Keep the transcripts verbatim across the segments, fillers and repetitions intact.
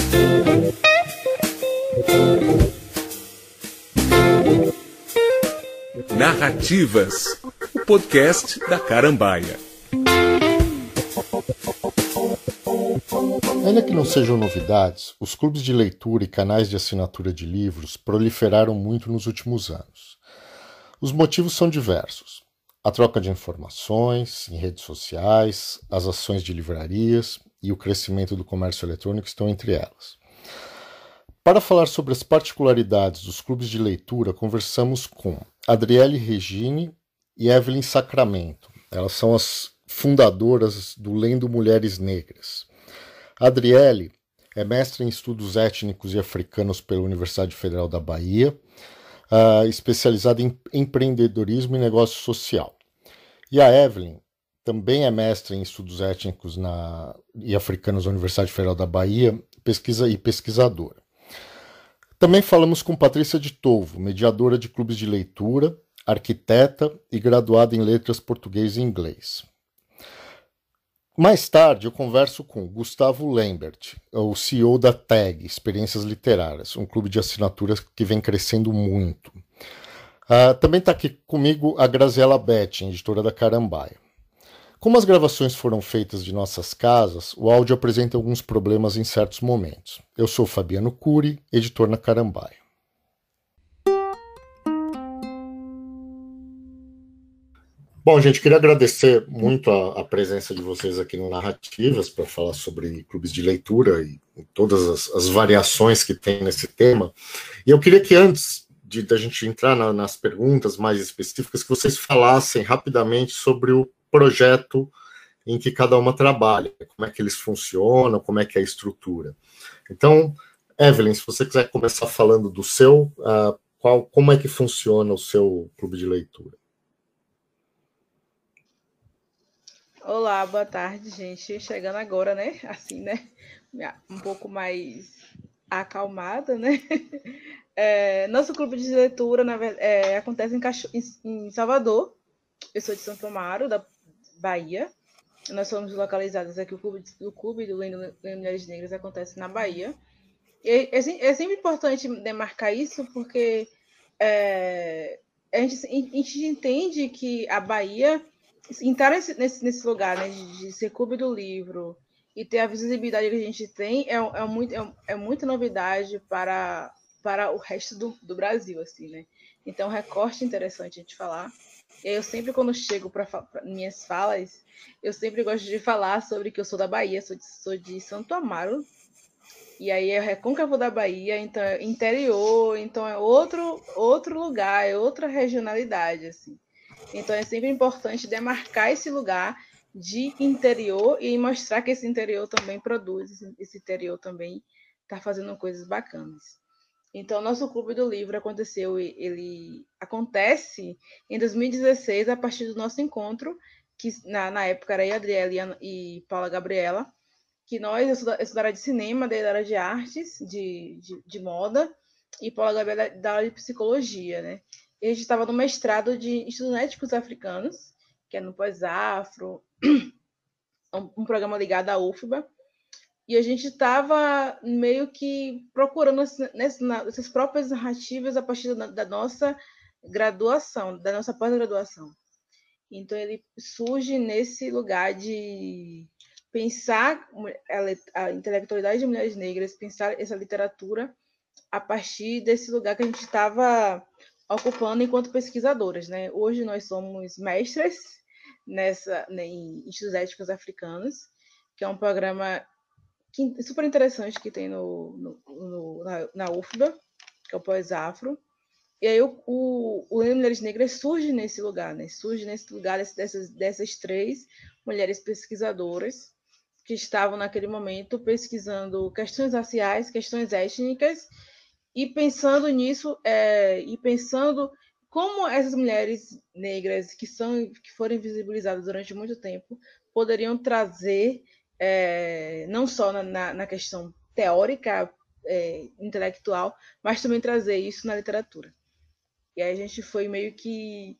Narrativas, o podcast da Carambaia. Ainda que não sejam novidades, os clubes de leitura e canais de assinatura de livros proliferaram muito nos últimos anos. Os motivos são diversos. A troca de informações em redes sociais, as ações de livrarias e o crescimento do comércio eletrônico estão entre elas. Para falar sobre as particularidades dos clubes de leitura, conversamos com Adriele Regine e Evelyn Sacramento. Elas são as fundadoras do Lendo Mulheres Negras. A Adriele é mestre em estudos étnicos e africanos pela Universidade Federal da Bahia, uh, especializada em empreendedorismo e negócio social. E a Evelyn também é mestre em estudos étnicos na, e africanos da Universidade Federal da Bahia pesquisa, e pesquisadora. Também falamos com Patrícia de Tovo, mediadora de clubes de leitura, arquiteta e graduada em letras português e inglês. Mais tarde eu converso com Gustavo Lambert, o C E O da T A G, Experiências Literárias, um clube de assinaturas que vem crescendo muito. Uh, também está aqui comigo a Graziela Betting, editora da Carambaia. Como as gravações foram feitas de nossas casas, o áudio apresenta alguns problemas em certos momentos. Eu sou Fabiano Cury, editor na Carambaia. Bom, gente, queria agradecer muito a, a presença de vocês aqui no Narrativas para falar sobre clubes de leitura e todas as, as variações que tem nesse tema. E eu queria que antes de da gente entrar na, nas perguntas mais específicas, que vocês falassem rapidamente sobre o projeto em que cada uma trabalha, como é que eles funcionam, como é que é a estrutura. Então, Evelyn, se você quiser começar falando do seu, uh, qual, como é que funciona o seu clube de leitura? Olá, boa tarde, gente. Chegando agora, né? Assim, né? Um pouco mais acalmada, né? É, nosso clube de leitura na verdade, é, acontece em, Cacho... em Salvador. Eu sou de Santo Amaro, da Bahia. Nós somos localizados aqui, o clube, o clube do Lendo Mulheres Negras acontece na Bahia. E é, é sempre importante demarcar isso, porque é, a, gente, a gente entende que a Bahia, entrar nesse, nesse, nesse lugar, né, de, de ser clube do livro e ter a visibilidade que a gente tem, é, é, muito, é, é muita novidade para, para o resto do, do Brasil, assim, né? Então, um recorte interessante a gente falar. E eu sempre, quando chego para minhas falas, eu sempre gosto de falar sobre que eu sou da Bahia, sou de, sou de Santo Amaro, e aí é Recôncavo da Bahia, então é interior, então é outro, outro lugar, é outra regionalidade, assim. Então é sempre importante demarcar esse lugar de interior e mostrar que esse interior também produz, esse interior também está fazendo coisas bacanas. Então, nosso Clube do Livro aconteceu, ele acontece em dois mil e dezesseis, a partir do nosso encontro, que na, na época era eu, Adriele e Paula Gabriela, que nós, eu sou da, eu sou da área de cinema, da área de artes, de, de, de moda, e Paula Gabriela da área de psicologia, né? E a gente estava no mestrado de estudos étnicos africanos, que é no Pós-Afro, um, um programa ligado à U F B A, e a gente estava meio que procurando essas próprias narrativas a partir da, da nossa graduação, da nossa pós-graduação. Então, ele surge nesse lugar de pensar a, a intelectualidade de mulheres negras, pensar essa literatura a partir desse lugar que a gente estava ocupando enquanto pesquisadoras, né? Hoje nós somos mestras nessa, né, em estudos étnicos africanos, que é um programa que, super interessante que tem no, no, no, na, na U F B A, que é o Pós-Afro. E aí o, o, o Lendo Mulheres Negras surge nesse lugar, né? Surge nesse lugar dessas, dessas três mulheres pesquisadoras que estavam naquele momento pesquisando questões raciais, questões étnicas, e pensando nisso, é, e pensando como essas mulheres negras que, são, que foram invisibilizadas durante muito tempo poderiam trazer, é, não só na, na questão teórica, é, intelectual, mas também trazer isso na literatura. E aí a gente foi meio que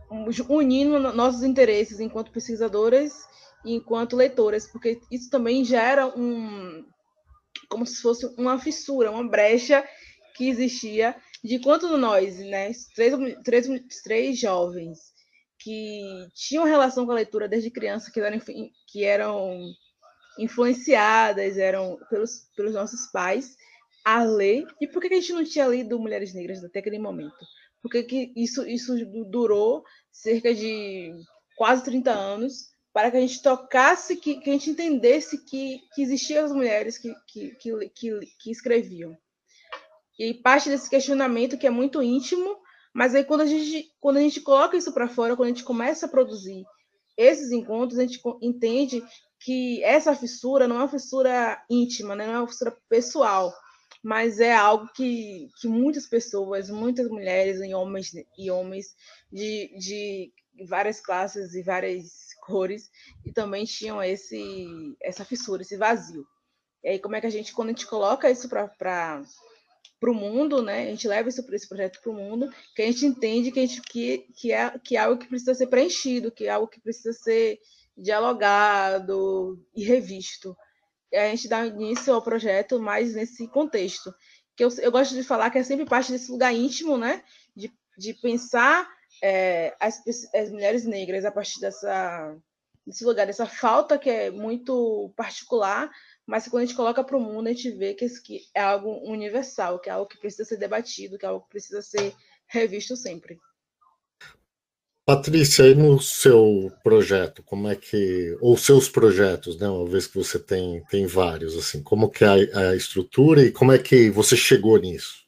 unindo nossos interesses enquanto pesquisadoras e enquanto leitoras, porque isso também gera um, como se fosse uma fissura, uma brecha que existia de quanto nós, né, três, três, três jovens que tinham relação com a leitura desde criança, que eram, que eram influenciadas, eram pelos, pelos nossos pais a ler. E por que a gente não tinha lido Mulheres Negras até aquele momento? Porque que isso, isso durou cerca de quase trinta anos para que a gente tocasse, que, que a gente entendesse que, que existiam as mulheres que, que, que, que, que escreviam. E parte desse questionamento que é muito íntimo, mas aí quando a gente, quando a gente coloca isso para fora, quando a gente começa a produzir esses encontros, a gente entende que essa fissura não é uma fissura íntima, né? Não é uma fissura pessoal, mas é algo que, que muitas pessoas, muitas mulheres e homens, e homens de, de várias classes e várias cores, e também tinham esse, essa fissura, esse vazio. E aí como é que a gente, quando a gente coloca isso para para o mundo, né? A gente leva isso, esse projeto para o mundo, que a gente entende que, a gente, que, que, é, que é algo que precisa ser preenchido, que é algo que precisa ser dialogado e revisto. E a gente dá início ao projeto mais nesse contexto, que eu, eu gosto de falar que é sempre parte desse lugar íntimo, né? De, de pensar é, as, as mulheres negras a partir dessa, desse lugar, dessa falta que é muito particular, mas que quando a gente coloca para o mundo, a gente vê que isso aqui é algo universal, que é algo que precisa ser debatido, que é algo que precisa ser revisto sempre. Patrícia, aí no seu projeto, como é que, ou seus projetos, né, uma vez que você tem, tem vários, assim, como que é a, a estrutura e como é que você chegou nisso?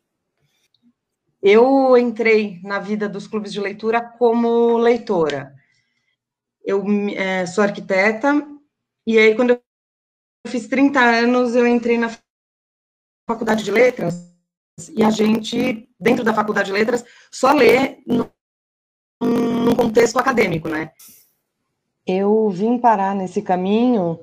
Eu entrei na vida dos clubes de leitura como leitora. Eu é, sou arquiteta, e aí quando eu fiz trinta anos, eu entrei na faculdade de letras, e a gente, dentro da faculdade de letras, só lê no, num contexto acadêmico, né? Eu vim parar nesse caminho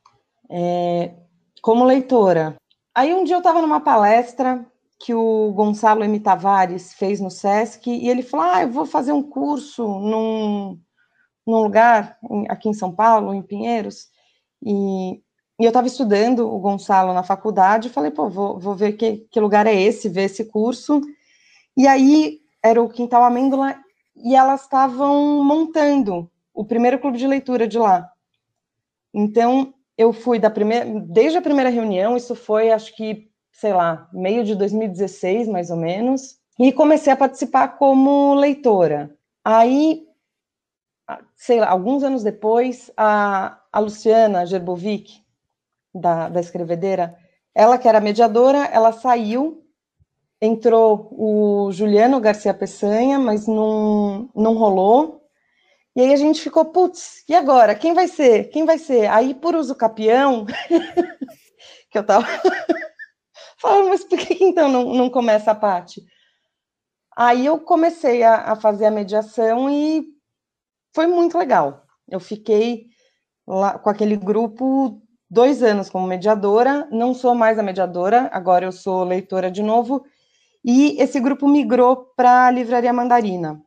é, como leitora. Aí um dia eu estava numa palestra que o Gonçalo M. Tavares fez no Sesc, e ele falou, ah, eu vou fazer um curso num, num lugar aqui em São Paulo, em Pinheiros, e, e eu estava estudando o Gonçalo na faculdade, e falei, pô, vou, vou ver que, que lugar é esse, ver esse curso, e aí era o Quintal Amêndola, e elas estavam montando o primeiro clube de leitura de lá. Então, eu fui da primeira, desde a primeira reunião, isso foi, acho que, sei lá, meio de dois mil e dezesseis, mais ou menos, e comecei a participar como leitora. Aí, sei lá, alguns anos depois, a, a Luciana Gerbovic, da, da Escrevedeira, ela que era mediadora, ela saiu, entrou o Juliano Garcia Peçanha, mas não, não rolou. E aí a gente ficou, putz, e agora? Quem vai ser? Quem vai ser? Aí, por uso capião, que eu tava falando, mas por que então não, não começa a Paty? Aí eu comecei a, a fazer a mediação e foi muito legal. Eu fiquei lá com aquele grupo dois anos como mediadora, não sou mais a mediadora, agora eu sou leitora de novo, e esse grupo migrou para a Livraria Mandarina.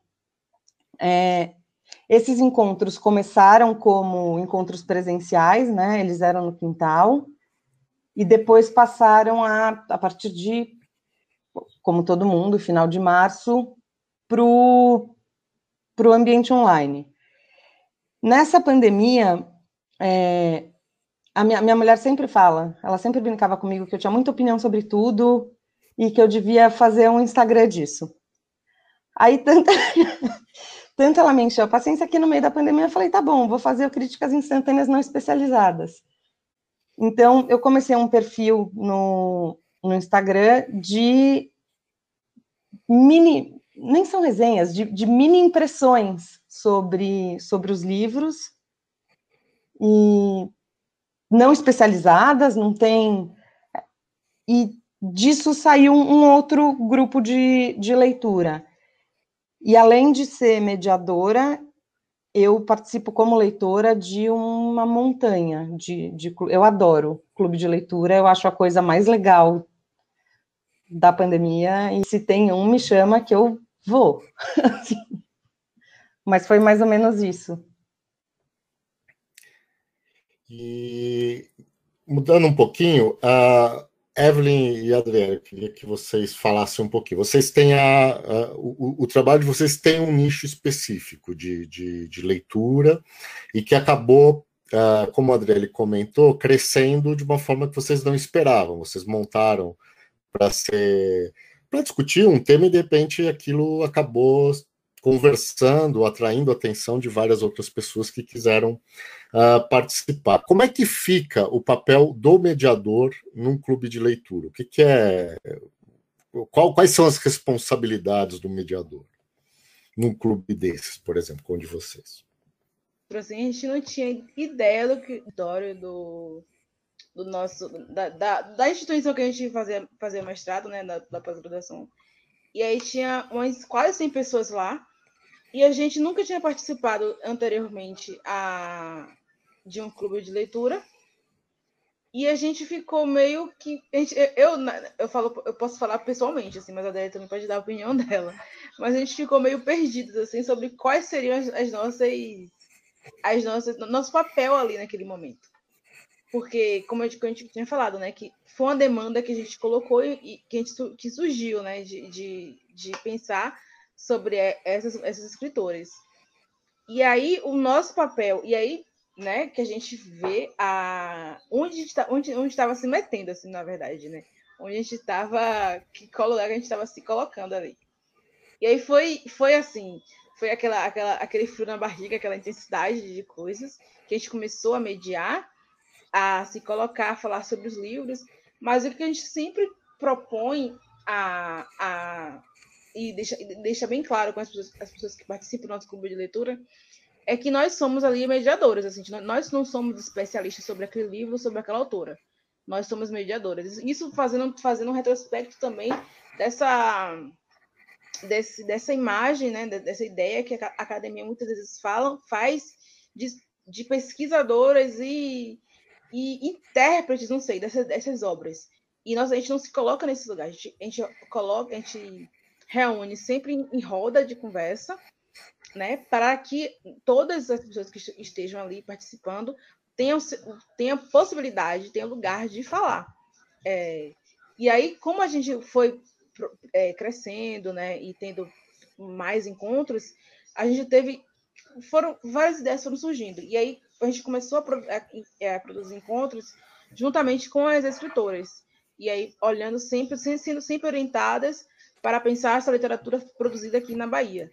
É, esses encontros começaram como encontros presenciais, né, eles eram no quintal, e depois passaram a, a partir de, como todo mundo, final de março, para o ambiente online. Nessa pandemia, é, a minha, minha mulher sempre fala, ela sempre brincava comigo que eu tinha muita opinião sobre tudo e que eu devia fazer um Instagram disso. Aí, tanta, tanto ela me encheu a paciência que no meio da pandemia eu falei, tá bom, vou fazer críticas instantâneas não especializadas. Então, eu comecei um perfil no, no Instagram de mini, nem são resenhas, de, de mini impressões sobre, sobre os livros, e não especializadas, não tem... E disso saiu um outro grupo de, de leitura. E além de ser mediadora, eu participo como leitora de uma montanha, de, de, eu adoro clube de leitura, eu acho a coisa mais legal da pandemia, e se tem um, me chama que eu vou. Mas foi mais ou menos isso. E mudando um pouquinho, a, Evelyn e Adriana, eu queria que vocês falassem um pouquinho. Vocês têm a, a o, o trabalho de vocês tem um nicho específico de, de, de leitura e que acabou, uh, como a Adriele comentou, crescendo de uma forma que vocês não esperavam. Vocês montaram para ser para discutir um tema e de repente aquilo acabou conversando, atraindo a atenção de várias outras pessoas que quiseram uh, participar. Como é que fica o papel do mediador num clube de leitura? O que, que é? Qual, quais são as responsabilidades do mediador num clube desses, por exemplo, como o de vocês? Assim, a gente não tinha ideia do que do, do nosso da, da, da instituição que a gente fazia, fazia mestrado, né, da, da pós-graduação. E aí tinha umas quase cem pessoas lá. E a gente nunca tinha participado anteriormente a, de um clube de leitura. E a gente ficou meio que... A gente, eu, eu, falo, eu posso falar pessoalmente, assim, mas a Adélia também pode dar a opinião dela. Mas a gente ficou meio perdidos assim, sobre quais seriam as, as nossas... As nossas nosso papel ali naquele momento. Porque, como a gente, como a gente tinha falado, né, que foi uma demanda que a gente colocou e que, a gente, que surgiu, né, de, de, de pensar sobre essas, esses escritores. E aí, o nosso papel, e aí, né, que a gente vê a, onde está onde, onde estava se metendo, assim, na verdade, né? Onde a gente estava, que lugar que a gente estava se colocando ali. E aí foi, foi assim, foi aquela, aquela, aquele frio na barriga, aquela intensidade de coisas, que a gente começou a mediar, a se colocar, a falar sobre os livros, mas o que a gente sempre propõe a... a e deixa, deixa bem claro com as pessoas, as pessoas que participam do nosso clube de leitura, é que nós somos ali mediadores. Assim, nós não somos especialistas sobre aquele livro, sobre aquela autora. Nós somos mediadores. Isso fazendo, fazendo um retrospecto também dessa, desse, dessa imagem, né, dessa ideia que a academia muitas vezes fala, faz de, de pesquisadoras e, e intérpretes, não sei, dessas, dessas obras. E nós, a gente não se coloca nesse lugar. A gente, a gente coloca... A gente, reúne sempre em roda de conversa, né, para que todas as pessoas que estejam ali participando tenham, tenham possibilidade, tenham lugar de falar. É, e aí, como a gente foi é, crescendo, né, e tendo mais encontros, a gente teve, foram, várias ideias foram surgindo. E aí a gente começou a, a, a produzir encontros juntamente com as escritoras. E aí, olhando sempre, sendo sempre orientadas para pensar essa literatura produzida aqui na Bahia.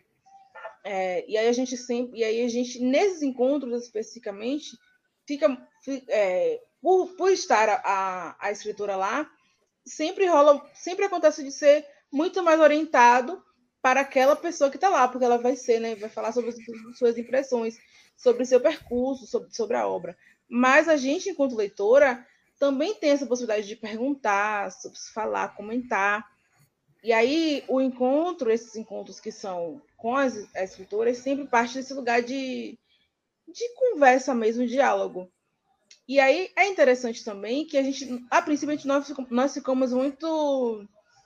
É, e aí a gente sempre, e aí a gente, nesses encontros especificamente, fica, é, por, por estar a, a, a escritora lá, sempre rola, sempre acontece de ser muito mais orientado para aquela pessoa que está lá, porque ela vai ser, né, vai falar sobre as suas impressões, sobre seu percurso, sobre, sobre a obra. Mas a gente, enquanto leitora, também tem essa possibilidade de perguntar, falar, comentar. E aí, o encontro, esses encontros que são com as, as escritoras, sempre parte desse lugar de, de conversa mesmo, diálogo. E aí, é interessante também que a gente, a princípio, nós, nós ficamos muito...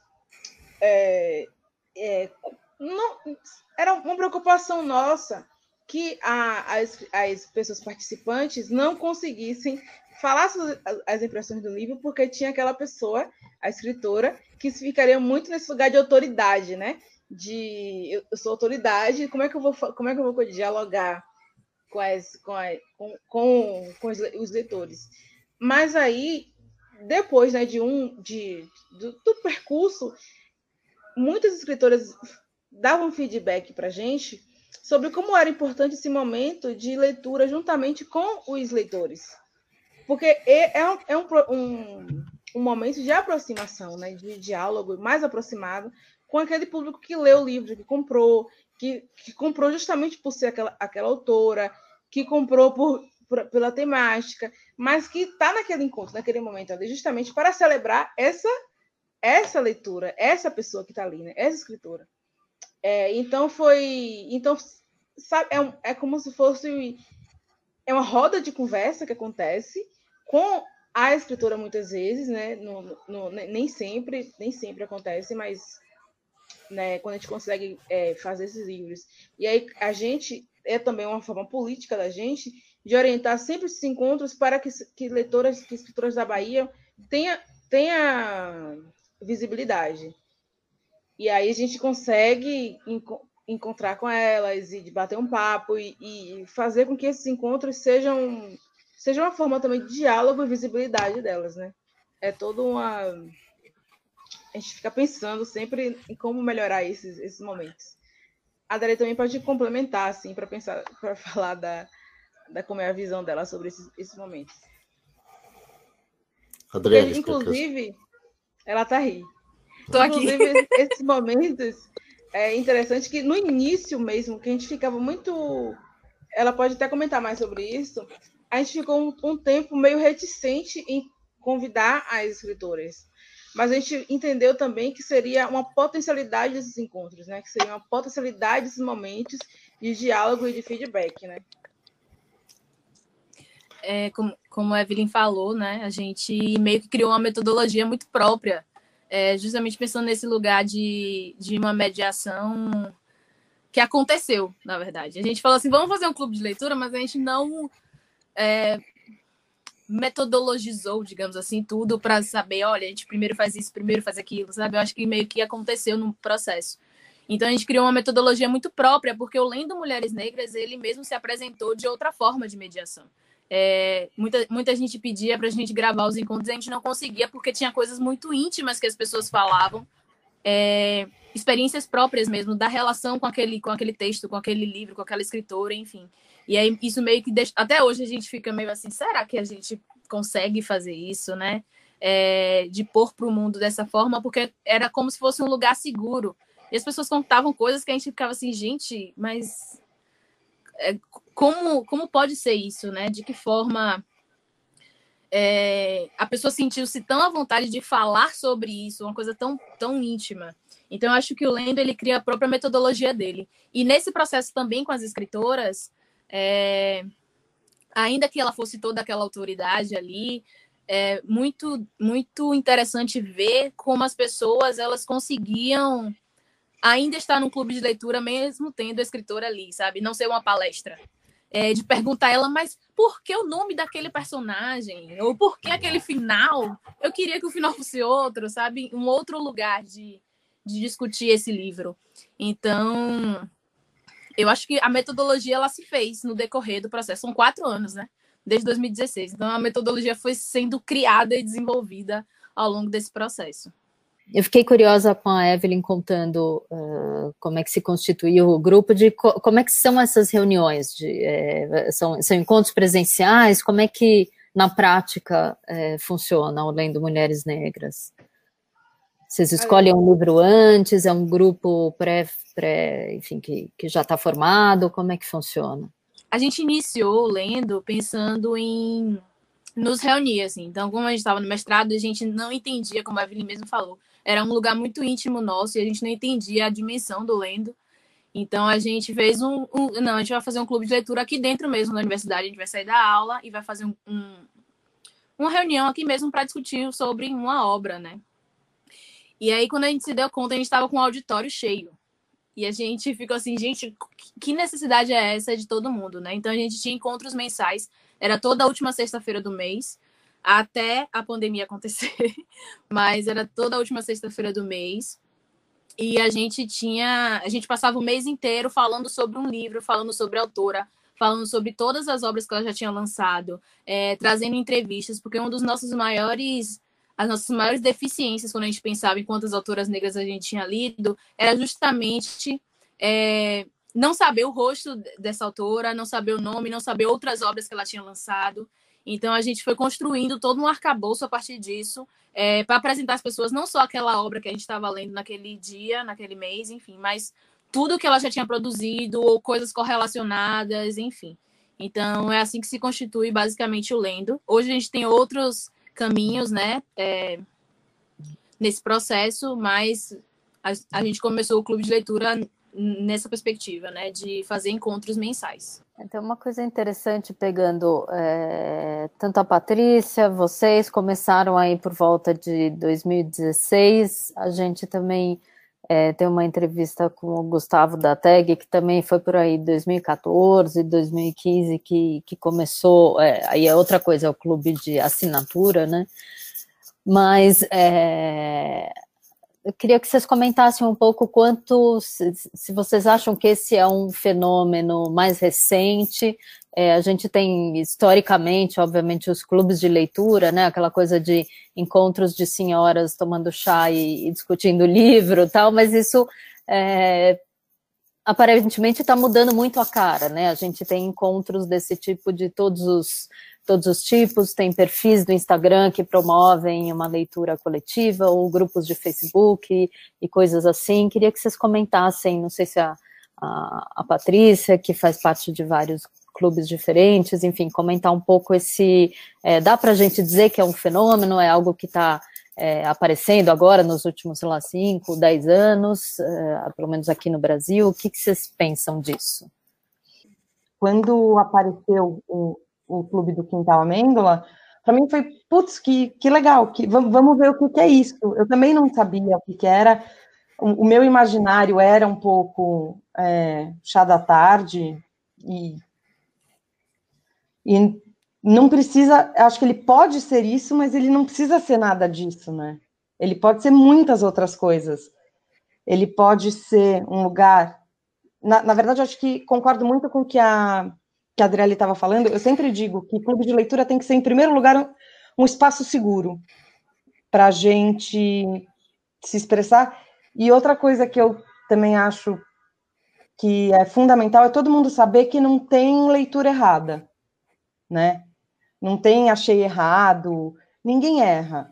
É, é, não, era uma preocupação nossa que a, as, as pessoas participantes não conseguissem falar sobre as impressões do livro, porque tinha aquela pessoa, a escritora, que ficaria muito nesse lugar de autoridade, né? De eu sou autoridade, como é que eu vou, como é que eu vou dialogar com, as, com, a, com, com, com os leitores? Mas aí, depois, né, de um de, do, do percurso, muitas escritoras davam feedback para a gente sobre como era importante esse momento de leitura juntamente com os leitores. Porque é um, é um, um, um momento de aproximação, né? De diálogo mais aproximado com aquele público que leu o livro, que comprou, que, que comprou justamente por ser aquela, aquela autora, que comprou por, por, pela temática, mas que está naquele encontro, naquele momento ali, justamente para celebrar essa, essa leitura, essa pessoa que está ali, né? Essa escritora. É, então, foi... Então, sabe, é, um, é como se fosse... É uma roda de conversa que acontece com a escritora muitas vezes, né? No, no, nem sempre, nem sempre acontece, mas, né, quando a gente consegue é, fazer esses livros. E aí a gente é também uma forma política da gente de orientar sempre esses encontros para que, que leitoras, que escritoras da Bahia tenha, tenha visibilidade. E aí a gente consegue enco- encontrar com elas e bater um papo e, e fazer com que esses encontros sejam, sejam uma forma também de diálogo e visibilidade delas, né? É toda uma... A gente fica pensando sempre em como melhorar esses, esses momentos. A Adri também pode complementar, assim, para pensar, para falar da, da como é a visão dela sobre esses, esses momentos. Adriana, Porque, explica. inclusive, ela tá rindo. Tô aqui. Inclusive, esses momentos, é interessante que no início mesmo, que a gente ficava muito... Ela pode até comentar mais sobre isso. A gente ficou um, um tempo meio reticente em convidar as escritoras. Mas a gente entendeu também que seria uma potencialidade desses encontros, né? Que seria uma potencialidade desses momentos de diálogo e de feedback, né? É, como, como a Evelyn falou, né? A gente meio que criou uma metodologia muito própria, é, justamente pensando nesse lugar de, de uma mediação que aconteceu, na verdade. A gente falou assim, vamos fazer um clube de leitura, mas a gente não é, metodologizou, digamos assim, tudo para saber, olha, a gente primeiro faz isso, primeiro faz aquilo, sabe? Eu acho que meio que aconteceu no processo. Então a gente criou uma metodologia muito própria, porque o Lendo Mulheres Negras, ele mesmo se apresentou de outra forma de mediação. É, muita, muita gente pedia para a gente gravar os encontros e a gente não conseguia, porque tinha coisas muito íntimas que as pessoas falavam, é, experiências próprias mesmo, da relação com aquele, com aquele texto, com aquele livro, com aquela escritora, enfim. E aí isso meio que deixa... Até hoje a gente fica meio assim, será que a gente consegue fazer isso, né? É, de pôr para o mundo dessa forma, porque era como se fosse um lugar seguro. E as pessoas contavam coisas que a gente ficava assim, gente, mas é, como, como pode ser isso, né? De que forma é, a pessoa sentiu-se tão à vontade de falar sobre isso, uma coisa tão, tão íntima. Então, eu acho que o Lendo, ele cria a própria metodologia dele. E nesse processo também com as escritoras, é, ainda que ela fosse toda aquela autoridade ali, é muito, muito interessante ver como as pessoas elas conseguiam ainda estar num clube de leitura, mesmo tendo a escritora ali, sabe? Não ser uma palestra. É, de perguntar a ela, mas por que o nome daquele personagem? Ou por que aquele final? Eu queria que o final fosse outro, sabe? Um outro lugar de, de discutir esse livro. Então, eu acho que a metodologia ela se fez no decorrer do processo. São quatro anos, né? Desde dois mil e dezesseis. Então, a metodologia foi sendo criada e desenvolvida ao longo desse processo. Eu fiquei curiosa com a Evelyn contando uh, como é que se constituiu o grupo, de co como é que são essas reuniões, de, é, são, são encontros presenciais, como é que na prática é, funciona o Lendo Mulheres Negras? Vocês escolhem um livro antes, é um grupo pré, pré enfim, que, que já está formado, como é que funciona? A gente iniciou lendo pensando em nos reunir, assim. Então, como a gente estava no mestrado, a gente não entendia, como a Evelyn mesmo falou, era um lugar muito íntimo nosso e a gente não entendia a dimensão do lendo. Então, a gente fez um, um... Não, a gente vai fazer um clube de leitura aqui dentro mesmo na universidade. A gente vai sair da aula e vai fazer um, um, uma reunião aqui mesmo para discutir sobre uma obra, né? E aí, quando a gente se deu conta, a gente estava com o auditório cheio. E a gente ficou assim, gente, que necessidade é essa de todo mundo, né? Então, a gente tinha encontros mensais. Era toda a última sexta-feira do mês, até a pandemia acontecer, mas era toda a última sexta-feira do mês. E a gente tinha, a gente passava o mês inteiro falando sobre um livro, falando sobre a autora, falando sobre todas as obras que ela já tinha lançado, é, trazendo entrevistas, porque um dos nossos maiores, as nossas maiores deficiências quando a gente pensava em quantas autoras negras a gente tinha lido, era justamente é, não saber o rosto dessa autora, não saber o nome, não saber outras obras que ela tinha lançado. Então, a gente foi construindo todo um arcabouço a partir disso, é, para apresentar às pessoas não só aquela obra que a gente estava lendo naquele dia, naquele mês, enfim, mas tudo que ela já tinha produzido, ou coisas correlacionadas, enfim. Então, é assim que se constitui basicamente o Lendo. Hoje a gente tem outros caminhos, né, é, nesse processo, mas a, a gente começou o clube de leitura nessa perspectiva, né, de fazer encontros mensais. Então, uma coisa interessante, pegando é, tanto a Patrícia, vocês começaram aí por volta de dois mil e dezesseis, a gente também é, tem uma entrevista com o Gustavo da Tag, que também foi por aí dois mil e quatorze, dois mil e quinze, que, que começou, é, aí é outra coisa, é o clube de assinatura, né? Mas é, eu queria que vocês comentassem um pouco quanto, se, se vocês acham que esse é um fenômeno mais recente. É, a gente tem, historicamente, obviamente, os clubes de leitura, né, aquela coisa de encontros de senhoras tomando chá e, e discutindo livro e tal, mas isso é, aparentemente está mudando muito a cara, né? A gente tem encontros desse tipo de todos os, todos os tipos, tem perfis do Instagram que promovem uma leitura coletiva, ou grupos de Facebook e, e coisas assim. Queria que vocês comentassem, não sei se a, a, a Patrícia, que faz parte de vários clubes diferentes, enfim, comentar um pouco esse... É, dá para a gente dizer que é um fenômeno, é algo que está é, aparecendo agora nos últimos, sei lá, cinco, dez anos, é, pelo menos aqui no Brasil. O que, que vocês pensam disso? Quando apareceu o, o Clube do Quintal Amêndola, para mim foi, putz, que, que legal, que, vamos, vamos ver o que, que é isso. Eu também não sabia o que, que era, o, o meu imaginário era um pouco é, chá da tarde, e E não precisa, acho que ele pode ser isso, mas ele não precisa ser nada disso, né? Ele pode ser muitas outras coisas. Ele pode ser um lugar... Na, na verdade, acho que concordo muito com o que a, que a Adriele estava falando. Eu sempre digo que clube de leitura tem que ser, em primeiro lugar, um, um espaço seguro para a gente se expressar. E outra coisa que eu também acho que é fundamental é todo mundo saber que não tem leitura errada, né? Não tem achei errado, ninguém erra.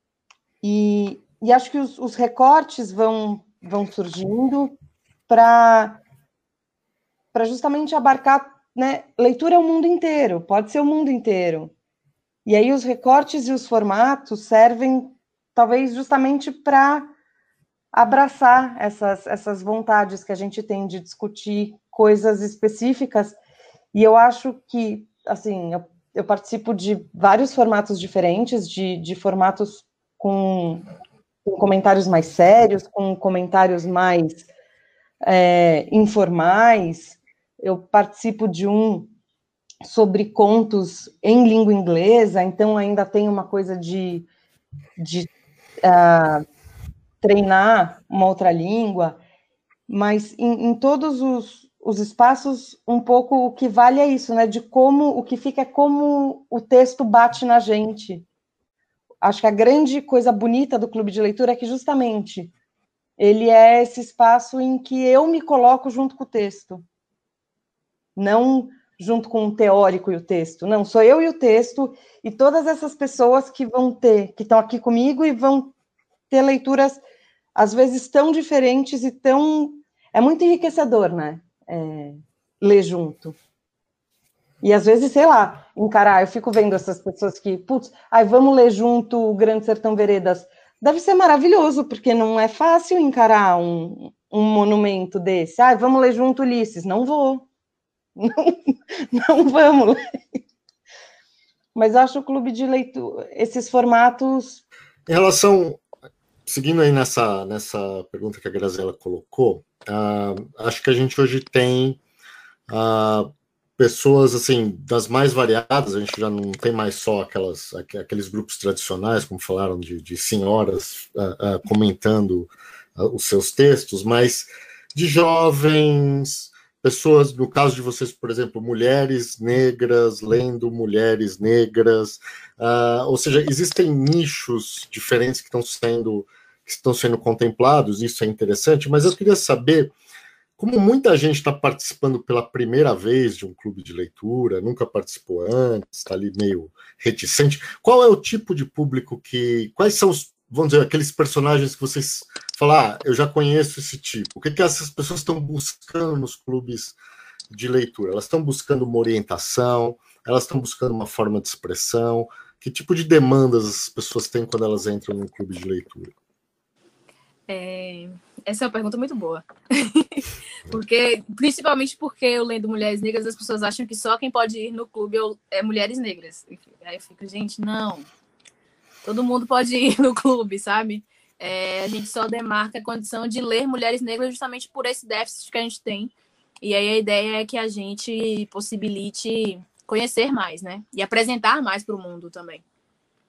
E, e acho que os, os recortes vão, vão surgindo para para justamente abarcar, né? Leitura é o mundo inteiro, pode ser o mundo inteiro. E aí os recortes e os formatos servem, talvez, justamente para abraçar essas, essas vontades que a gente tem de discutir coisas específicas. E eu acho que, assim, eu, eu participo de vários formatos diferentes, de, de formatos com, com comentários mais sérios, com comentários mais é, informais. Eu participo de um sobre contos em língua inglesa, então ainda tem uma coisa de, de uh, treinar uma outra língua, mas em, em todos os, os espaços, um pouco o que vale é isso, né? De como o que fica é como o texto bate na gente. Acho que a grande coisa bonita do clube de leitura é que justamente ele é esse espaço em que eu me coloco junto com o texto, não junto com o teórico e o texto, não, sou eu e o texto, e todas essas pessoas que vão ter, que estão aqui comigo e vão ter leituras, às vezes, tão diferentes e tão... É muito enriquecedor, né? É, ler junto. E, às vezes, sei lá, encarar, eu fico vendo essas pessoas que, putz, ai, vamos ler junto o Grande Sertão Veredas. Deve ser maravilhoso, porque não é fácil encarar um, um monumento desse. Ai, vamos ler junto Ulisses. Não vou. Não, não vamos ler. Mas eu acho o clube de leitura, esses formatos... Em relação, seguindo aí nessa, nessa pergunta que a Graziela colocou, uh, acho que a gente hoje tem uh, pessoas, assim, das mais variadas, a gente já não tem mais só aquelas, aqueles grupos tradicionais, como falaram, de, de senhoras uh, uh, comentando uh, os seus textos, mas de jovens... pessoas, no caso de vocês, por exemplo, mulheres negras lendo mulheres negras, uh, ou seja, existem nichos diferentes que estão sendo, que estão sendo contemplados, isso é interessante, mas eu queria saber, como muita gente está participando pela primeira vez de um clube de leitura, nunca participou antes, está ali meio reticente, qual é o tipo de público que, quais são os, vamos dizer, aqueles personagens que vocês falam, ah, eu já conheço esse tipo. O que, que essas pessoas estão buscando nos clubes de leitura? Elas estão buscando uma orientação, elas estão buscando uma forma de expressão. Que tipo de demandas as pessoas têm quando elas entram num clube de leitura? É, essa é uma pergunta muito boa. porque, principalmente porque eu lendo Mulheres Negras, as pessoas acham que só quem pode ir no clube é Mulheres Negras. Aí eu fico, gente, não. Todo mundo pode ir no clube, sabe? É, a gente só demarca a condição de ler Mulheres Negras justamente por esse déficit que a gente tem. E aí a ideia é que a gente possibilite conhecer mais, né? E apresentar mais para o mundo também.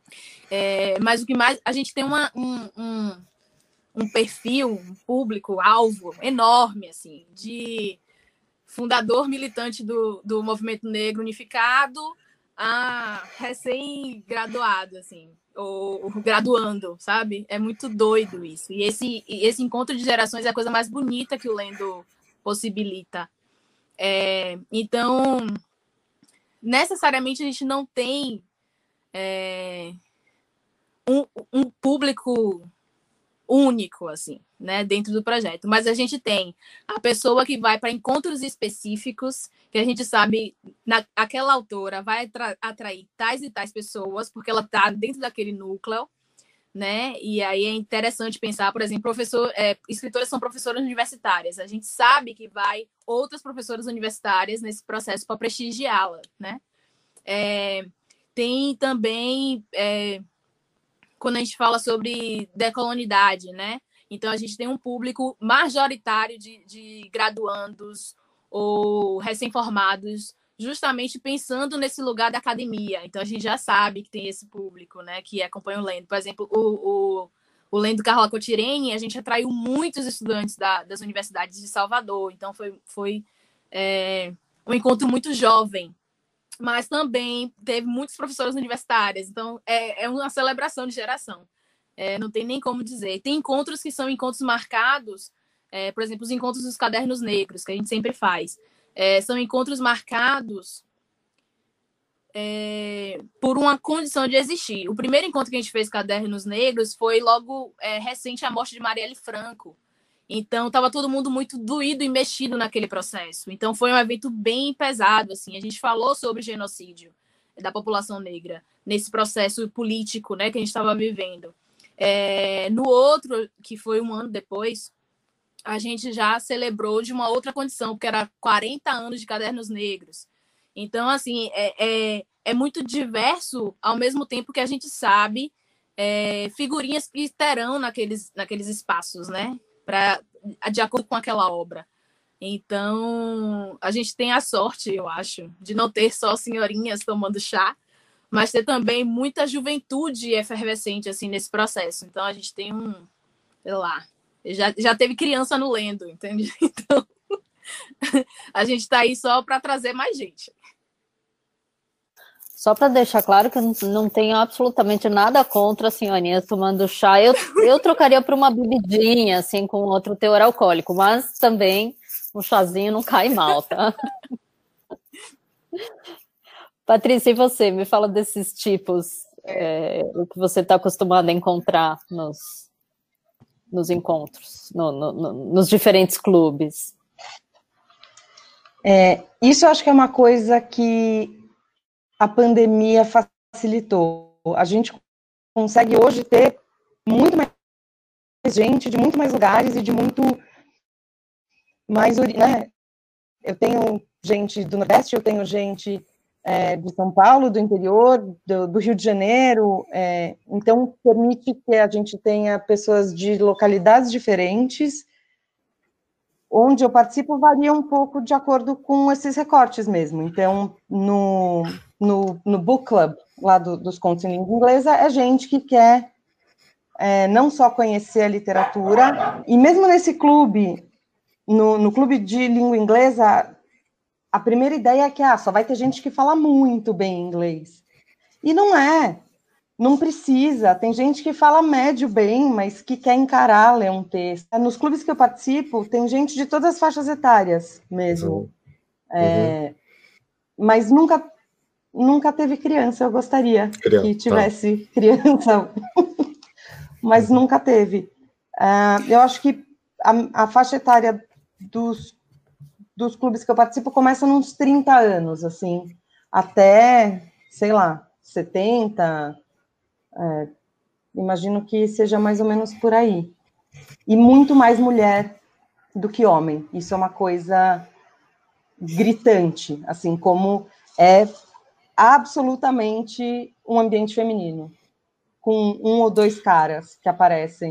É, mas o que mais... A gente tem uma, um, um, um perfil, um público-alvo enorme, assim, de fundador militante do, do Movimento Negro Unificado a recém-graduado, assim, ou, ou graduando, sabe? É muito doido isso. E esse, esse encontro de gerações é a coisa mais bonita que o Lendo possibilita. É, então, necessariamente a gente não tem é, um, um público único, assim, né, dentro do projeto. Mas a gente tem a pessoa que vai para encontros específicos, que a gente sabe, na, aquela autora vai atra, atrair tais e tais pessoas, porque ela está dentro daquele núcleo, né? E aí é interessante pensar, por exemplo, professor, é, escritoras são professoras universitárias. A gente sabe que vai outras professoras universitárias nesse processo para prestigiá-la, né? É, tem também... É, quando a gente fala sobre decolonidade, né? Então, a gente tem um público majoritário de, de graduandos ou recém-formados, justamente pensando nesse lugar da academia. Então, a gente já sabe que tem esse público, né, que acompanha o Lendo. Por exemplo, o, o, o Lendo Carla Cotirene, a gente atraiu muitos estudantes da, das universidades de Salvador. Então, foi, foi é, um encontro muito jovem, mas também teve muitos professores universitários, então é, é uma celebração de geração, é, não tem nem como dizer. Tem encontros que são encontros marcados, é, por exemplo, os encontros dos cadernos negros, que a gente sempre faz, é, são encontros marcados é, por uma condição de existir. O primeiro encontro que a gente fez cadernos negros foi logo é, recente a morte de Marielle Franco. Então, estava todo mundo muito doído e mexido naquele processo. Então, foi um evento bem pesado, assim. A gente falou sobre o genocídio da população negra nesse processo político, né, que a gente estava vivendo. É, no outro, que foi um ano depois, a gente já celebrou de uma outra condição, porque era quarenta anos de Cadernos Negros. Então, assim, é, é, é muito diverso, ao mesmo tempo que a gente sabe é, figurinhas que terão naqueles, naqueles espaços, né? Pra, de acordo com aquela obra. Então, a gente tem a sorte, eu acho, de não ter só senhorinhas tomando chá, mas ter também muita juventude efervescente assim, nesse processo. Então, a gente tem um, sei lá, já, já teve criança no Lendo, entende? Então, a gente está aí só para trazer mais gente. Só para deixar claro que eu não, não tenho absolutamente nada contra a senhorinha tomando chá. Eu, eu trocaria por uma bebidinha, assim, com outro teor alcoólico, mas também um chazinho não cai mal, tá? Patrícia, e você? Me fala desses tipos, é, o que você está acostumada a encontrar nos, nos encontros, no, no, no, nos diferentes clubes. É, isso eu acho que é uma coisa que a pandemia facilitou. A gente consegue hoje ter muito mais gente, de muito mais lugares e de muito mais, né? Eu tenho gente do Nordeste, eu tenho gente é, de São Paulo, do interior, do, do Rio de Janeiro, é, então permite que a gente tenha pessoas de localidades diferentes. Onde eu participo varia um pouco de acordo com esses recortes mesmo. Então, no, no, no Book Club, lá do, dos contos em língua inglesa, é gente que quer é, não só conhecer a literatura, e mesmo nesse clube, no, no clube de língua inglesa, a primeira ideia é que ah, só vai ter gente que fala muito bem inglês. E não é. Não precisa, tem gente que fala médio bem, mas que quer encarar, ler um texto. Nos clubes que eu participo, tem gente de todas as faixas etárias mesmo. Uhum. É, mas nunca, nunca teve criança, eu gostaria criança, que tivesse tá. criança, mas uhum. nunca teve. Uh, eu acho que a, a faixa etária dos, dos clubes que eu participo começa nos trinta anos, assim, até, sei lá, setenta... É, imagino que seja mais ou menos por aí. E muito mais mulher do que homem. Isso é uma coisa gritante, assim, como é absolutamente um ambiente feminino, com um ou dois caras que aparecem.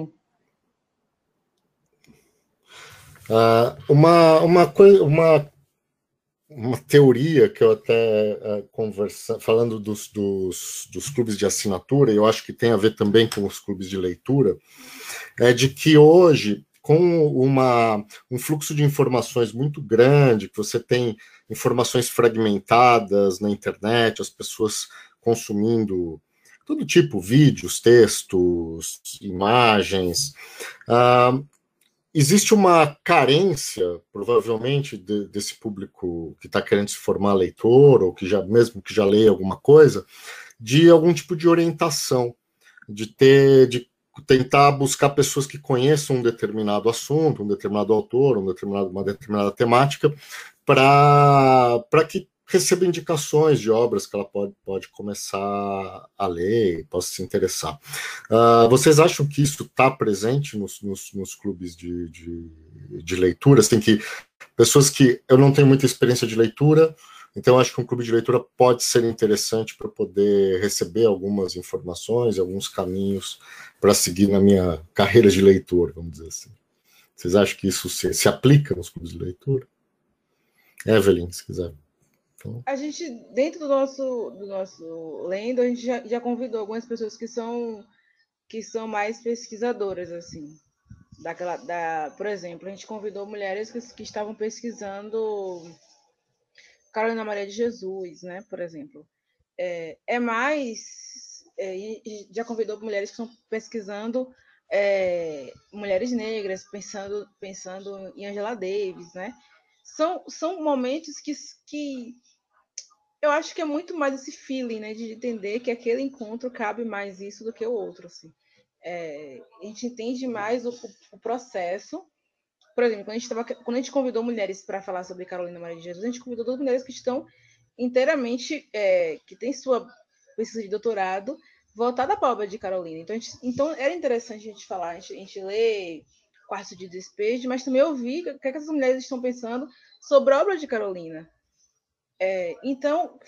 Uh, uma, uma, coisa, uma, uma teoria que eu até uh, conversa, falando dos, dos, dos clubes de assinatura, e eu acho que tem a ver também com os clubes de leitura, é de que hoje, com uma, um fluxo de informações muito grande, que você tem informações fragmentadas na internet, as pessoas consumindo todo tipo, vídeos, textos, imagens, uh, existe uma carência, provavelmente, de, desse público que está querendo se formar leitor, ou que já, mesmo que já leia alguma coisa, de algum tipo de orientação, de ter, de tentar buscar pessoas que conheçam um determinado assunto, um determinado autor, um determinado, uma determinada temática, para que receba indicações de obras que ela pode, pode começar a ler e possa se interessar. Uh, vocês acham que isso está presente nos, nos, nos clubes de, de, de leituras? Tem que pessoas que eu não tenho muita experiência de leitura, então acho que um clube de leitura pode ser interessante para poder receber algumas informações, alguns caminhos para seguir na minha carreira de leitor, vamos dizer assim. Vocês acham que isso se, se aplica nos clubes de leitura? Evelyn, se quiser. A gente, dentro do nosso, do nosso Lendo, a gente já, já convidou algumas pessoas que são, que são mais pesquisadoras, assim. Daquela, da, por exemplo, a gente convidou mulheres que, que estavam pesquisando Carolina Maria de Jesus, né, por exemplo. É, é mais... É, e já convidou mulheres que estão pesquisando é, mulheres negras, pensando, pensando em Angela Davis, né? São, são momentos que... que eu acho que é muito mais esse feeling, né, de entender que aquele encontro cabe mais isso do que o outro, assim. É, a gente entende mais o, o processo. Por exemplo, quando a gente, tava, quando a gente convidou mulheres para falar sobre Carolina Maria de Jesus, a gente convidou duas mulheres que estão inteiramente, é, que têm sua pesquisa de doutorado voltada para a obra de Carolina. Então, a gente, então era interessante a gente falar, a gente, a gente lê Quarto de Despejo, mas também ouvir o que, é que essas mulheres estão pensando sobre a obra de Carolina. É, então,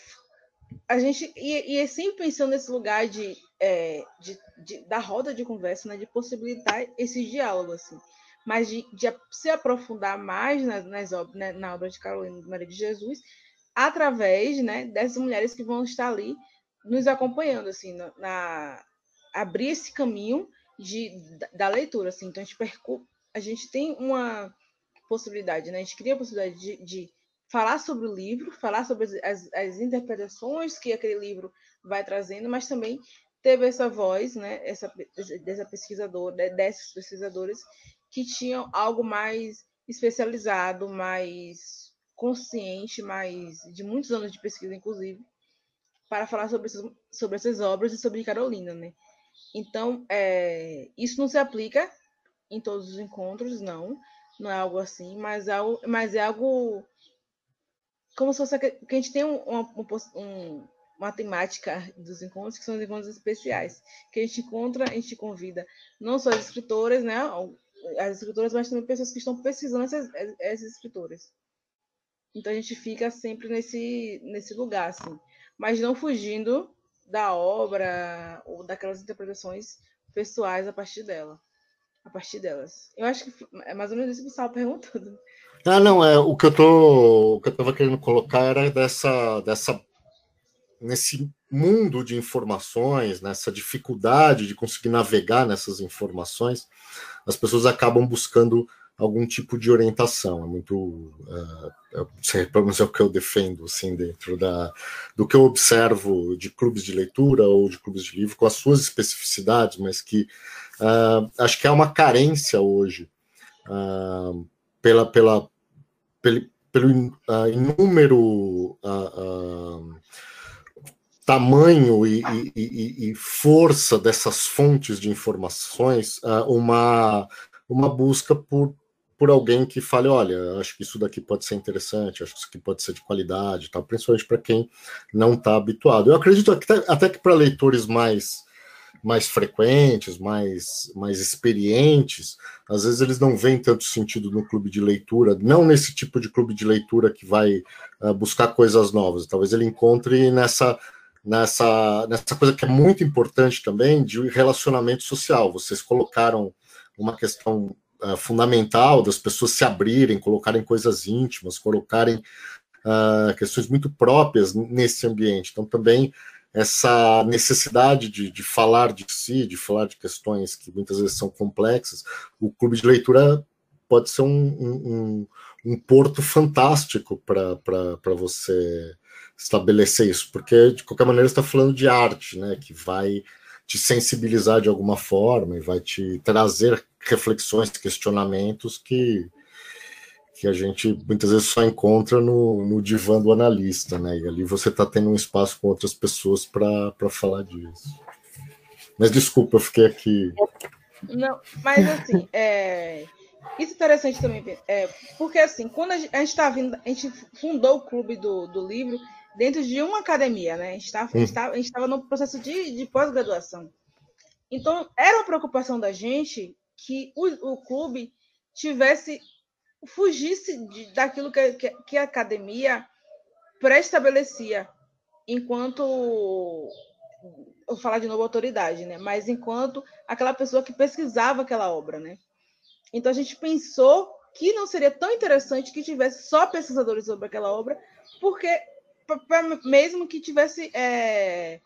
a gente e, e é sempre pensando nesse lugar de, é, de, de, da roda de conversa, né, de possibilitar esses diálogos, assim, mas de, de se aprofundar mais nas, nas obras, né, na obra de Carolina Maria de Jesus, através, né, dessas mulheres que vão estar ali nos acompanhando, assim, na, na abrir esse caminho de, da, da leitura, assim. Então a gente percu, a gente tem uma possibilidade, né, a gente cria a possibilidade de, de falar sobre o livro, falar sobre as, as interpretações que aquele livro vai trazendo, mas também teve essa voz, né, essa, dessa pesquisadora, dessas pesquisadoras que tinham algo mais especializado, mais consciente, mais de muitos anos de pesquisa, inclusive, para falar sobre, essas, sobre essas obras e sobre Carolina, né? Então, é, isso não se aplica em todos os encontros, não, não é algo assim, mas é algo, mas é algo como se fosse que a gente tem um, um, um, uma temática dos encontros, que são os encontros especiais, que a gente encontra, a gente convida não só as escritoras, né, as escritoras, mas também pessoas que estão pesquisando essas, essas escritoras. Então a gente fica sempre nesse, nesse lugar, assim, mas não fugindo da obra ou daquelas interpretações pessoais a partir dela, a partir delas. Eu acho que é mais ou menos isso que você estava perguntando. Ah, não, é, o que eu tô, o que eu estava querendo colocar era dessa, dessa, nesse mundo de informações, nessa dificuldade de conseguir navegar nessas informações, as pessoas acabam buscando algum tipo de orientação. É muito, uh, eu, sei, pelo menos é o que eu defendo, assim, dentro da, do que eu observo de clubes de leitura ou de clubes de livro, com as suas especificidades, mas que uh, acho que é uma carência hoje, uh, pela, pela, pelo, pelo uh, inúmero uh, uh, tamanho e, e, e, e força dessas fontes de informações, uh, uma, uma busca por, por alguém que fale, olha, acho que isso daqui pode ser interessante, acho que isso aqui pode ser de qualidade, tal, principalmente para quem não está habituado. Eu acredito até, até que para leitores mais mais frequentes, mais, mais experientes, às vezes eles não veem tanto sentido no clube de leitura, não nesse tipo de clube de leitura que vai uh, buscar coisas novas, talvez ele encontre nessa, nessa, nessa coisa que é muito importante também, de relacionamento social. Vocês colocaram uma questão uh, fundamental das pessoas se abrirem, colocarem coisas íntimas, colocarem uh, questões muito próprias nesse ambiente. Então, também essa necessidade de, de falar de si, de falar de questões que muitas vezes são complexas, o clube de leitura pode ser um, um, um porto fantástico para você estabelecer isso, porque, de qualquer maneira, você está falando de arte, né, que vai te sensibilizar de alguma forma e vai te trazer reflexões, questionamentos que, que a gente muitas vezes só encontra no, no divã do analista, né? E ali você está tendo um espaço com outras pessoas para falar disso. Mas desculpa, eu fiquei aqui. Não, mas assim, é, isso é interessante também, é, porque assim, quando a gente está vindo, a gente fundou o clube do, do livro dentro de uma academia, né? A gente estava hum. no processo de, de pós-graduação. Então, era uma preocupação da gente que o, o clube tivesse, fugisse de, daquilo que, que, que a academia pré-estabelecia enquanto, eu vou falar de novo autoridade, né? Mas enquanto aquela pessoa que pesquisava aquela obra, né? Então, a gente pensou que não seria tão interessante que tivesse só pesquisadores sobre aquela obra, porque Pra, mesmo que tivesse é,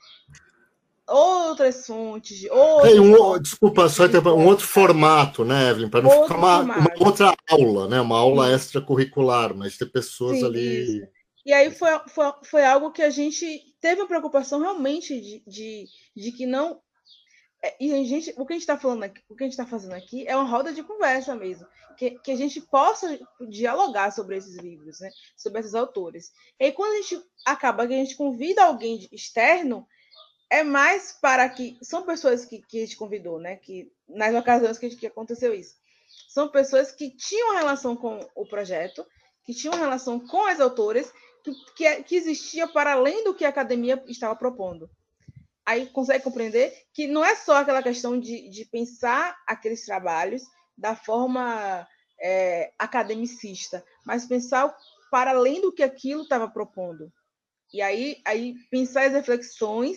outras fontes, outras é, um, fontes, desculpa, só ter um outro formato, né, Evelyn, para não outro ficar uma, uma outra aula, né, uma aula Sim. extracurricular, mas ter pessoas Sim, ali. Isso. E aí foi, foi, foi algo que a gente teve uma preocupação realmente de, de, de que não. E a gente, o que a gente está falando aqui, o que a gente está fazendo aqui é uma roda de conversa mesmo, que, que a gente possa dialogar sobre esses livros, né? Sobre esses autores. E aí, quando a gente acaba que a gente convida alguém externo, é mais para que são pessoas que, que a gente convidou, né? Que nas ocasiões que, que aconteceu isso, são pessoas que tinham relação com o projeto, que tinham relação com as autores, que, que, que existia para além do que a academia estava propondo. Aí consegue compreender que não é só aquela questão de, de pensar aqueles trabalhos da forma é, academicista, mas pensar para além do que aquilo estava propondo. E aí, aí pensar as reflexões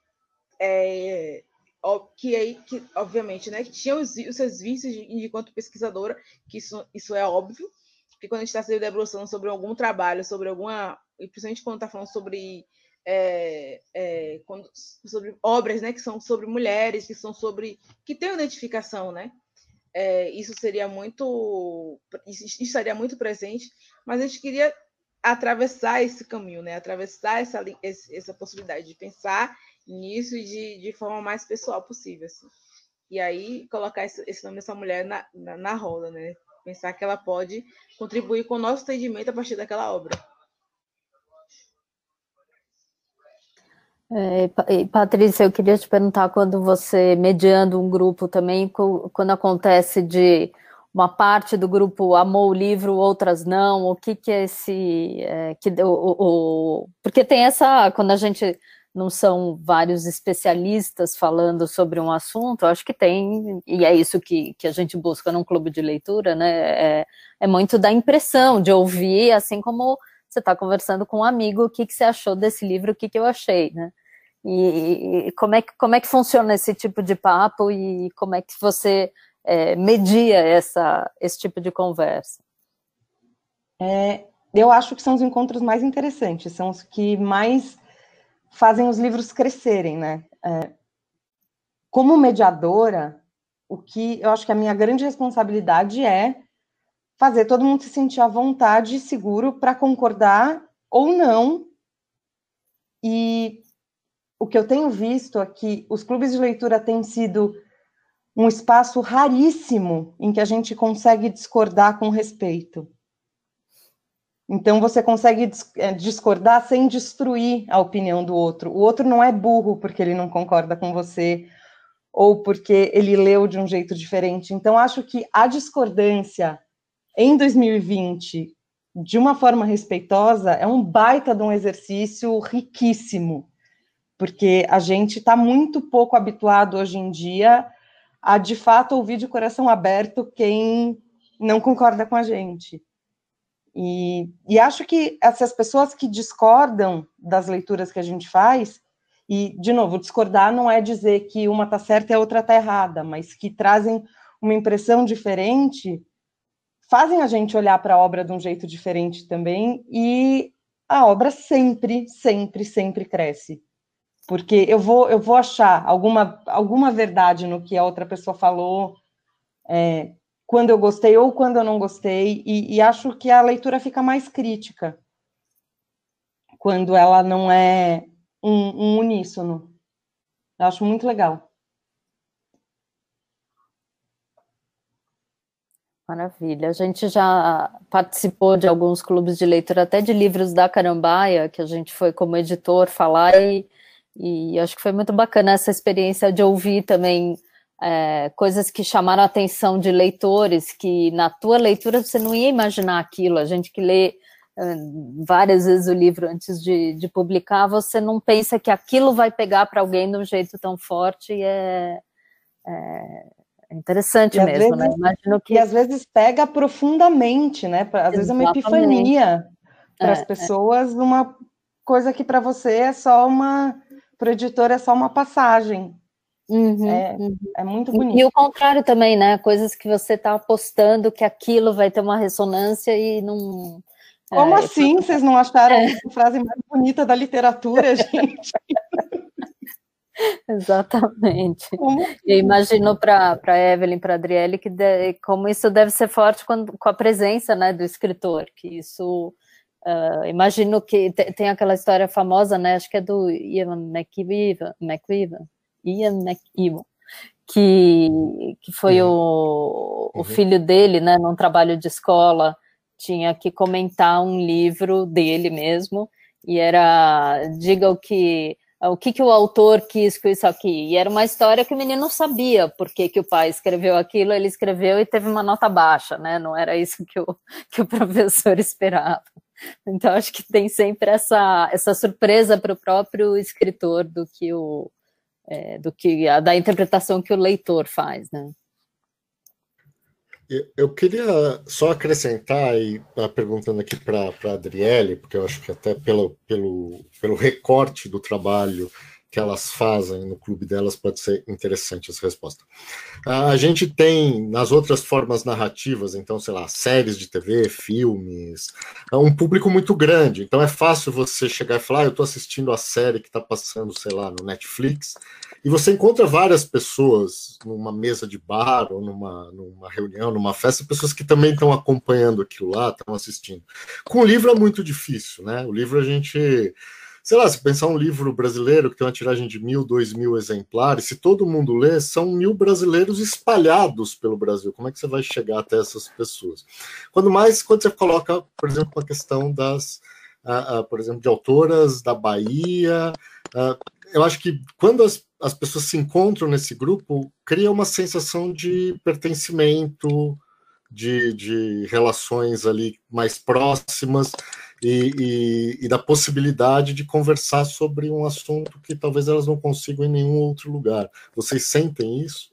é, que, aí, que, obviamente, né, que tinham os, os seus vícios de, de enquanto pesquisadora, que isso, isso é óbvio, porque quando a gente está se debruçando sobre algum trabalho, sobre alguma... E principalmente quando está falando sobre... É, é, quando, sobre obras, né, que são sobre mulheres, que são sobre que têm identificação, né? É, isso seria muito, isso estaria muito presente, mas a gente queria atravessar esse caminho, né? Atravessar essa, essa possibilidade de pensar nisso de, de forma mais pessoal possível, assim. E aí colocar esse, esse nome dessa mulher na, na, na roda, né? Pensar que ela pode contribuir com o nosso entendimento a partir daquela obra. É, Patrícia, eu queria te perguntar, quando você, mediando um grupo também, quando acontece de uma parte do grupo amou o livro, outras não, o que que é esse... É, que, o, o, porque tem essa... Quando a gente não são vários especialistas falando sobre um assunto, acho que tem, e é isso que, que a gente busca num clube de leitura, né? É, é muito da impressão, de ouvir, assim como... Você está conversando com um amigo, o que, que você achou desse livro, o que, que eu achei, né? E, e como, é que, como é que funciona esse tipo de papo e como é que você é, media essa, esse tipo de conversa? É, eu acho que são os encontros mais interessantes, são os que mais fazem os livros crescerem, né? É, como mediadora, o que eu acho que a minha grande responsabilidade é fazer todo mundo se sentir à vontade e seguro para concordar ou não. E o que eu tenho visto é que os clubes de leitura têm sido um espaço raríssimo em que a gente consegue discordar com respeito. Então, você consegue discordar sem destruir a opinião do outro. O outro não é burro porque ele não concorda com você ou porque ele leu de um jeito diferente. Então, acho que a discordância em dois mil e vinte, de uma forma respeitosa, é um baita de um exercício riquíssimo, porque a gente está muito pouco habituado hoje em dia a, de fato, ouvir de coração aberto quem não concorda com a gente. E, e acho que essas pessoas que discordam das leituras que a gente faz, e, de novo, discordar não é dizer que uma está certa e a outra está errada, mas que trazem uma impressão diferente, fazem a gente olhar para a obra de um jeito diferente também, e a obra sempre, sempre, sempre cresce. Porque eu vou, eu vou achar alguma, alguma verdade no que a outra pessoa falou, é, quando eu gostei ou quando eu não gostei, e, e acho que a leitura fica mais crítica quando ela não é um, um uníssono. Eu acho muito legal. Maravilha. A gente já participou de alguns clubes de leitura, até de livros da Carambaia, que a gente foi como editor falar, e, e acho que foi muito bacana essa experiência de ouvir também é, coisas que chamaram a atenção de leitores, que na tua leitura você não ia imaginar aquilo. A gente que lê é, várias vezes o livro antes de, de publicar, você não pensa que aquilo vai pegar para alguém de um jeito tão forte, e é... é É interessante e mesmo, vezes, né? Imagino que... E às vezes pega profundamente, né? Às Exatamente. vezes é uma epifania para as é, pessoas, é. uma coisa que para você é só uma, para o editor é só uma passagem. Uhum, é, uhum. é muito bonito. E, e o contrário também, né? Coisas que você está apostando que aquilo vai ter uma ressonância e não... Como é, assim? Eu... Vocês não acharam é. a frase mais bonita da literatura, gente? Exatamente. Eu imagino para a Evelyn, para a Adriele, que de, como isso deve ser forte quando, com a presença, né, do escritor, que isso, uh, imagino que te, tem aquela história famosa, né, acho que é do Ian McEwan, McEwan, Ian McEwan, que, que foi uhum. o, o uhum. filho dele, né, num trabalho de escola, tinha que comentar um livro dele mesmo, e era, diga o que... o que, que o autor quis com isso aqui, e era uma história que o menino não sabia por que, que o pai escreveu aquilo, ele escreveu e teve uma nota baixa, né, não era isso que o, que o professor esperava. Então, acho que tem sempre essa, essa surpresa para o próprio escritor do que, o, é, do que a, da interpretação que o leitor faz, né. Eu queria só acrescentar, e perguntando aqui para a Adriele, porque eu acho que até pelo, pelo, pelo recorte do trabalho que elas fazem no clube delas pode ser interessante essa resposta. A gente tem, nas outras formas narrativas, então, sei lá, séries de T V, filmes, um público muito grande, então é fácil você chegar e falar, ah, eu estou assistindo a série que está passando, sei lá, no Netflix, e você encontra várias pessoas numa mesa de bar, ou numa, numa reunião, numa festa, pessoas que também estão acompanhando aquilo lá, estão assistindo. Com o livro é muito difícil, né? O livro a gente... Sei lá, se pensar um livro brasileiro que tem uma tiragem de mil, dois mil exemplares, se todo mundo lê, são mil brasileiros espalhados pelo Brasil. Como é que você vai chegar até essas pessoas? Quando mais, quando você coloca, por exemplo, a questão das, uh, uh, por exemplo, de autoras da Bahia, uh, eu acho que quando as, as pessoas se encontram nesse grupo, cria uma sensação de pertencimento, de, de relações ali mais próximas, E, e, e da possibilidade de conversar sobre um assunto que talvez elas não consigam em nenhum outro lugar. Vocês sentem isso?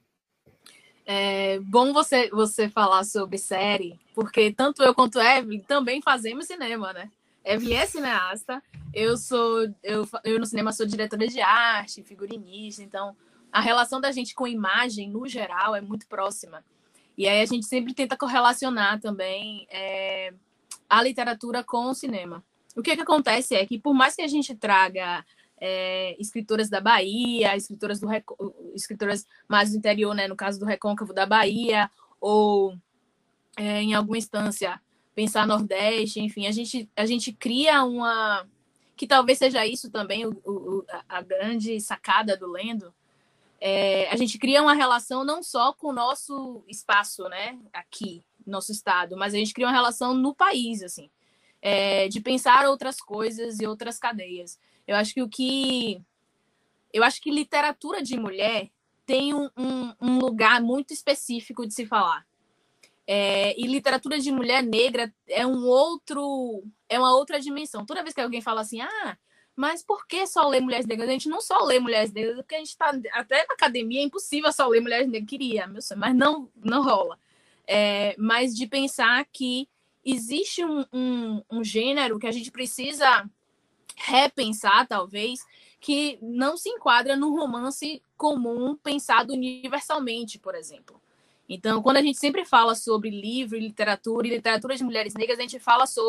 É bom você, você falar sobre série, porque tanto eu quanto a Evelyn também fazemos cinema, né? Evelyn é cineasta, eu sou, eu, eu no cinema sou diretora de arte, figurinista, então a relação da gente com imagem, no geral, é muito próxima. E aí a gente sempre tenta correlacionar também... É, a literatura com o cinema. O que, que acontece é que, por mais que a gente traga é, escritoras da Bahia, escritoras, do, escritoras mais do interior, né, no caso do Recôncavo da Bahia, ou é, em alguma instância pensar Nordeste, enfim, a gente, a gente cria uma... que talvez seja isso também o, o, a grande sacada do Lendo, é, a gente cria uma relação não só com o nosso espaço, né, aqui, nosso estado, mas a gente cria uma relação no país, assim, é, de pensar outras coisas e outras cadeias. Eu acho que o que... Eu acho que literatura de mulher tem um, um, um lugar muito específico de se falar. É, e literatura de mulher negra é um outro... É uma outra dimensão. Toda vez que alguém fala assim, ah, mas por que só ler mulheres negras? A gente não só lê mulheres negras, porque a gente está... Até na academia é impossível só ler mulheres negras. Queria, meu sonho, mas não, não rola. É, mas de pensar que existe um, um, um gênero que a gente precisa repensar, talvez, que não se enquadra num romance comum pensado universalmente, por exemplo. Então, quando a gente sempre fala sobre livro e literatura, e literatura de mulheres negras, a gente fala sobre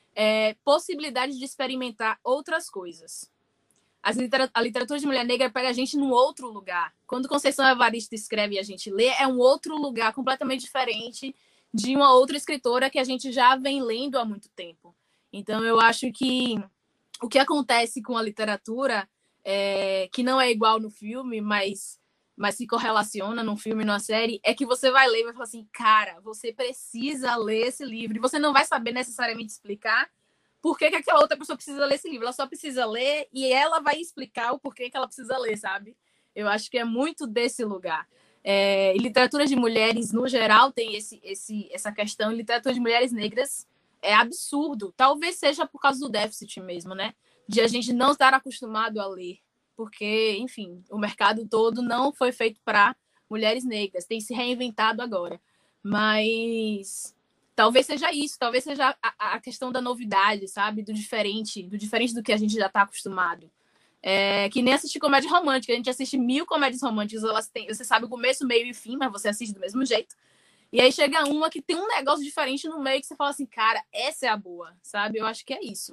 é, possibilidade de experimentar outras coisas. As litera- a literatura de mulher negra pega a gente num outro lugar. Quando Conceição Evaristo escreve e a gente lê, é um outro lugar completamente diferente de uma outra escritora que a gente já vem lendo há muito tempo. Então, eu acho que o que acontece com a literatura, é, que não é igual no filme, mas, mas se correlaciona num filme, numa série, é que você vai ler e vai falar assim, cara, você precisa ler esse livro. E você não vai saber necessariamente explicar por que, que aquela outra pessoa precisa ler esse livro. Ela só precisa ler e ela vai explicar o porquê que ela precisa ler, sabe? Eu acho que é muito desse lugar. É, e literatura de mulheres, no geral, tem esse, esse, essa questão. Literatura de mulheres negras é absurdo. Talvez seja por causa do déficit mesmo, né? De a gente não estar acostumado a ler. Porque, enfim, o mercado todo não foi feito para mulheres negras. Tem se reinventado agora. Mas talvez seja isso. Talvez seja a, a questão da novidade, sabe? Do diferente, do diferente do que a gente já está acostumado. É, que nem assistir comédia romântica. A gente assiste mil comédias românticas, elas têm, você sabe o começo, meio e fim, mas você assiste do mesmo jeito. E aí chega uma que tem um negócio diferente no meio que você fala assim, cara, essa é a boa, sabe? Eu acho que é isso.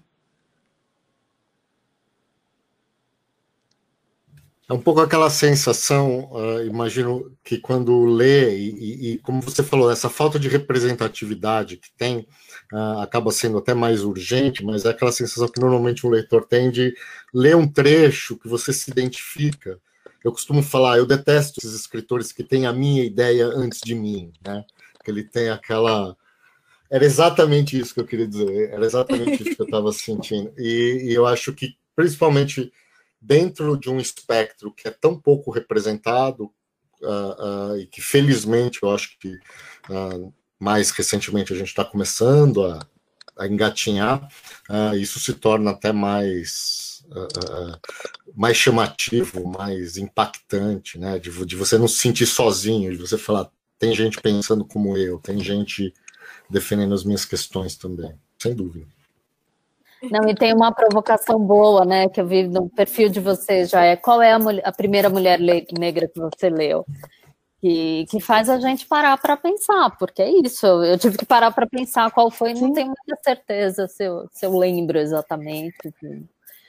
É um pouco aquela sensação, uh, imagino que quando lê, e, e, e como você falou, essa falta de representatividade que tem, uh, acaba sendo até mais urgente, mas é aquela sensação que normalmente um leitor tem de ler um trecho que você se identifica. Eu costumo falar, eu detesto esses escritores que têm a minha ideia antes de mim, né? Que ele tem aquela... Era exatamente isso que eu queria dizer, era exatamente isso que eu estava sentindo. E, e eu acho que, principalmente dentro de um espectro que é tão pouco representado, uh, uh, e que felizmente eu acho que uh, mais recentemente a gente está começando a, a engatinhar, uh, isso se torna até mais, uh, uh, mais chamativo, mais impactante, né? De, de você não se sentir sozinho, de você falar, tem gente pensando como eu, tem gente defendendo as minhas questões também, sem dúvida. Não, e tem uma provocação boa, né, que eu vi no perfil de vocês já, é qual é a, mulher, a primeira mulher negra que você leu? Que, que faz a gente parar para pensar, porque é isso, eu, eu tive que parar para pensar qual foi, não tenho muita certeza se eu, se eu lembro exatamente, que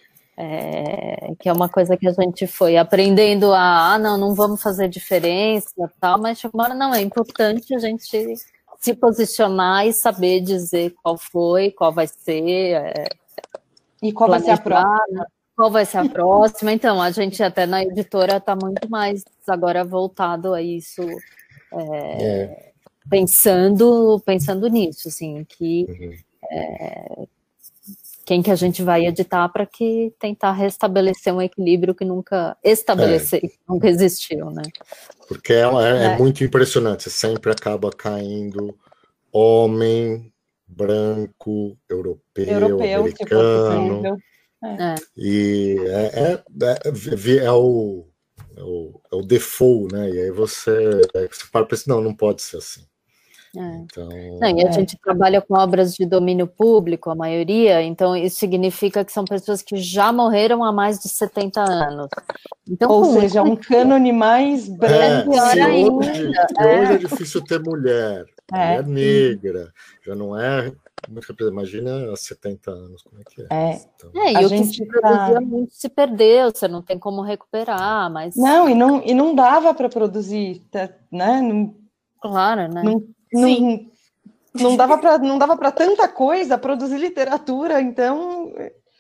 é, que é uma coisa que a gente foi aprendendo a, ah, não, não vamos fazer diferença, tal, mas chegou uma hora, não, é importante a gente se posicionar e saber dizer qual foi, qual vai ser. É, e qual vai ser a próxima. Qual vai ser a próxima. Então, a gente até na editora está muito mais agora voltado a isso, é, é. Pensando, pensando nisso, assim, que uhum. é, quem que a gente vai editar para que tentar restabelecer um equilíbrio que nunca estabelecer, é. nunca existiu, né? Porque é, é, é muito impressionante, você sempre acaba caindo homem, branco, europeu, europeu americano, é. e é, é, é, é, o, é, o, é o default, né? E aí você, aí você para e pensa, não, não pode ser assim. É. Então, não, e a é. gente trabalha com obras de domínio público, a maioria, então isso significa que são pessoas que já morreram há mais de setenta anos. Então, ou seja, um cânone mais branco. É, se hoje, é. hoje é difícil ter mulher, é. mulher negra, já não é muito, imagina há setenta anos, como é que é? É, então, é e a o gente que se produzia tá... muito se perdeu, você não tem como recuperar, mas... Não, e não, e não dava para produzir, né? Não, claro, né? Não, Não, não dava para não dava para tanta coisa produzir literatura, então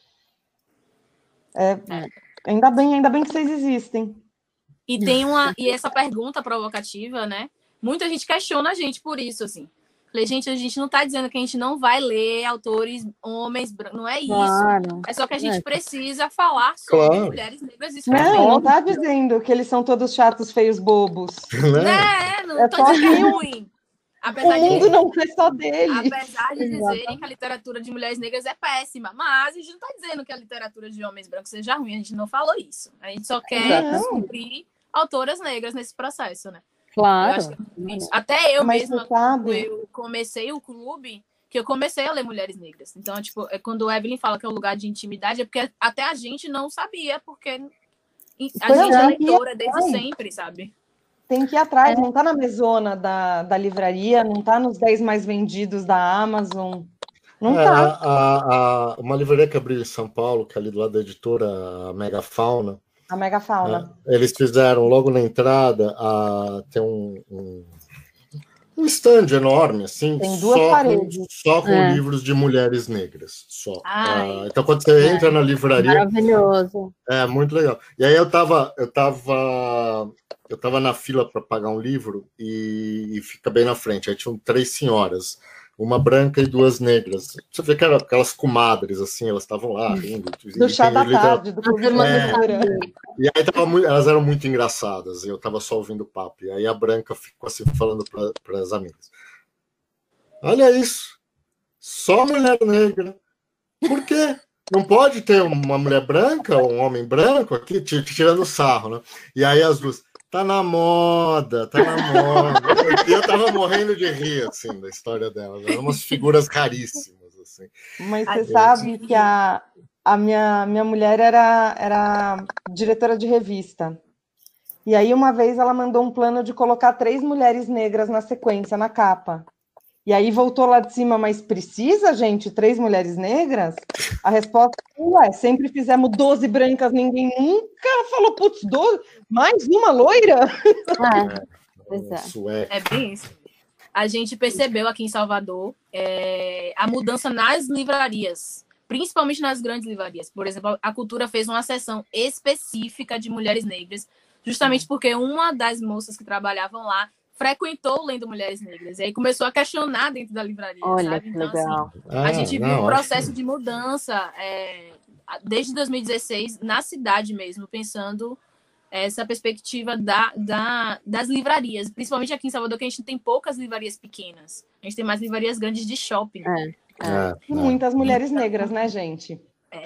é, é. ainda bem ainda bem que vocês existem. E tem uma e essa pergunta provocativa, né? Muita gente questiona a gente por isso, assim. Falei, gente, a gente não está dizendo que a gente não vai ler autores homens brancos, não é isso. Claro. É só que a gente é. precisa falar sobre claro. mulheres negras. Isso não, é não está dizendo que eles são todos chatos, feios, bobos. Não, é, não estou é dizendo que é ruim. Apesar o mundo de, não foi só dele. Apesar de dizerem que a literatura de mulheres negras é péssima, mas a gente não está dizendo que a literatura de homens brancos seja ruim, a gente não falou isso. A gente só quer não. descobrir autoras negras nesse processo, né? Claro. Eu é Até eu mas mesma, quando eu comecei o clube, que eu comecei a ler mulheres negras. Então, tipo, é quando o Evelyn fala que é um lugar de intimidade, é porque até a gente não sabia, porque a pois gente é leitora desde sempre, sabe? Tem que ir atrás, é. não tá na mesona da, da livraria, não tá nos dez mais vendidos da Amazon. Não É, tá. a, a, a- uma livraria que abriu em São Paulo, que é ali do lado da editora, a Megafauna, A megafauna. é, eles fizeram logo na entrada, a, tem um, um, um stand enorme, assim, Tem duas só com, paredes. só com É. livros de mulheres negras, só. Ai. Ah, então, quando você entra na livraria, Maravilhoso. é muito legal. E aí eu tava, eu tava, eu tava na fila para pagar um livro e, e fica bem na frente. Aí tinham três senhoras, uma branca e duas negras. Você vê que eram aquelas comadres, assim, elas estavam lá rindo. Do e chá tem da literal- tarde, do clube de É. leitura. E aí tava muito, elas eram muito engraçadas. E eu tava só ouvindo o papo. E aí a branca ficou assim falando para as amigas: olha isso, só mulher negra. Por quê? Não pode ter uma mulher branca ou um homem branco aqui t- tirando sarro, né? E aí as duas, tá na moda, tá na moda. E eu tava morrendo de rir, assim, da história delas. Eram umas figuras raríssimas, assim. Mas Ai, você sabe que a, a minha, minha mulher era, era diretora de revista. E aí, uma vez, ela mandou um plano de colocar três mulheres negras na sequência, na capa. E aí voltou lá de cima, mas precisa, gente, três mulheres negras? A resposta é, ué, sempre fizemos doze brancas, ninguém nunca falou, putz, doze, mais uma loira? É, pois é. Sueca. É bem isso. A gente percebeu aqui em Salvador é, a mudança nas livrarias, principalmente nas grandes livrarias. Por exemplo, a Cultura fez uma seção específica de mulheres negras, justamente porque uma das moças que trabalhavam lá frequentou lendo Mulheres Negras. E aí começou a questionar dentro da livraria, Olha sabe? que Então, legal. assim, Ah, a gente viu não, um acho processo que- de mudança é, desde dois mil e dezesseis na cidade mesmo, pensando essa perspectiva da, da, das livrarias, principalmente aqui em Salvador, que a gente tem poucas livrarias pequenas. A gente tem mais livrarias grandes de shopping. É, é. É, E é. muitas mulheres negras, né, gente?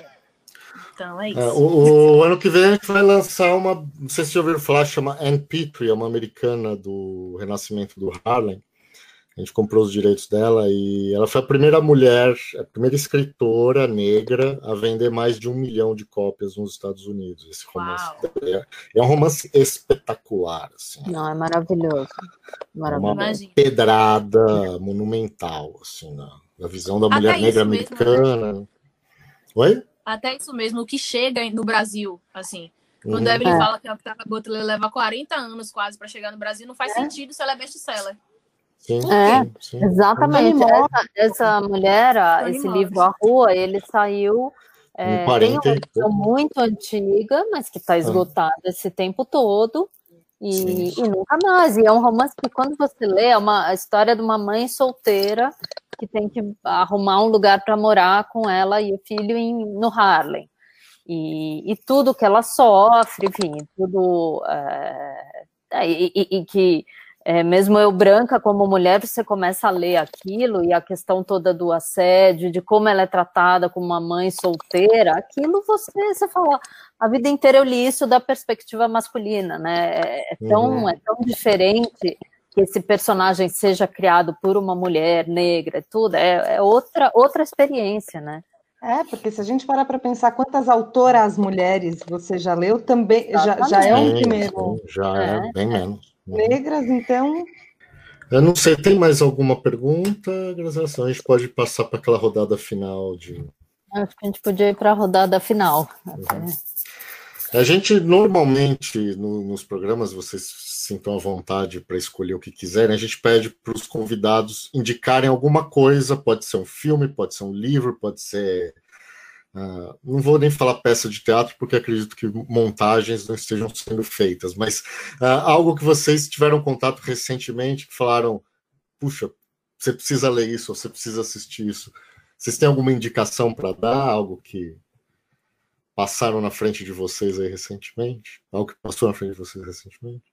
Então é isso. É, o, o ano que vem a gente vai lançar uma. Não sei se já ouviram falar, chama Anne Petrie, é uma americana do Renascimento do Harlem. A gente comprou os direitos dela e ela foi a primeira mulher, a primeira escritora negra a vender mais de um milhão de cópias nos Estados Unidos. Esse romance é, é um romance espetacular. Assim, Não, é maravilhoso. é uma Maravilhoso. pedrada monumental assim, na, na visão da mulher Até negra isso mesmo, americana. Oi? Até isso mesmo, o que chega no Brasil, assim. Quando Uhum. a Evelyn É. fala que a Octavia Butler leva quarenta anos quase para chegar no Brasil, não faz sentido se ela é best-seller. Sim, É, sim, sim. Exatamente. Toni Morrison. Essa, essa mulher, a- Toni esse Morrison. livro A Rua, ele saiu. Em É, tem quarenta uma e edição pouco. muito antiga, mas que está esgotada esse tempo todo. E, Sim. e nunca mais. E é um romance que, quando você lê, é uma a história de uma mãe solteira que tem que arrumar um lugar para morar com ela e o filho em, no Harlem. E, e tudo que ela sofre, enfim, tudo. É, e, e- e que, é, mesmo eu branca como mulher, você começa a ler aquilo e a questão toda do assédio, de como ela é tratada como uma mãe solteira, aquilo você, você fala. A vida inteira eu li isso da perspectiva masculina, né? É, é tão, Uhum. é tão diferente que esse personagem seja criado por uma mulher negra e tudo, é, é outra, outra experiência, né? É, porque se a gente parar para pensar quantas autoras mulheres você já leu, também já, já é um Sim, primeiro. sim, já é, É. bem menos. Uhum. Negras, então. Eu não sei, tem mais alguma pergunta, Graziela? A gente pode passar para aquela rodada final de. Acho que a gente podia ir para a rodada final. Uhum. A gente normalmente no, nos programas, vocês se sintam à vontade para escolher o que quiserem, a gente pede para os convidados indicarem alguma coisa, pode ser um filme, pode ser um livro, pode ser. Uh, não vou nem falar peça de teatro, porque acredito que montagens não estejam sendo feitas, mas uh, algo que vocês tiveram contato recentemente, que falaram, puxa, você precisa ler isso, ou você precisa assistir isso. Vocês têm alguma indicação para dar? Algo que passaram na frente de vocês aí recentemente? Algo que passou na frente de vocês recentemente?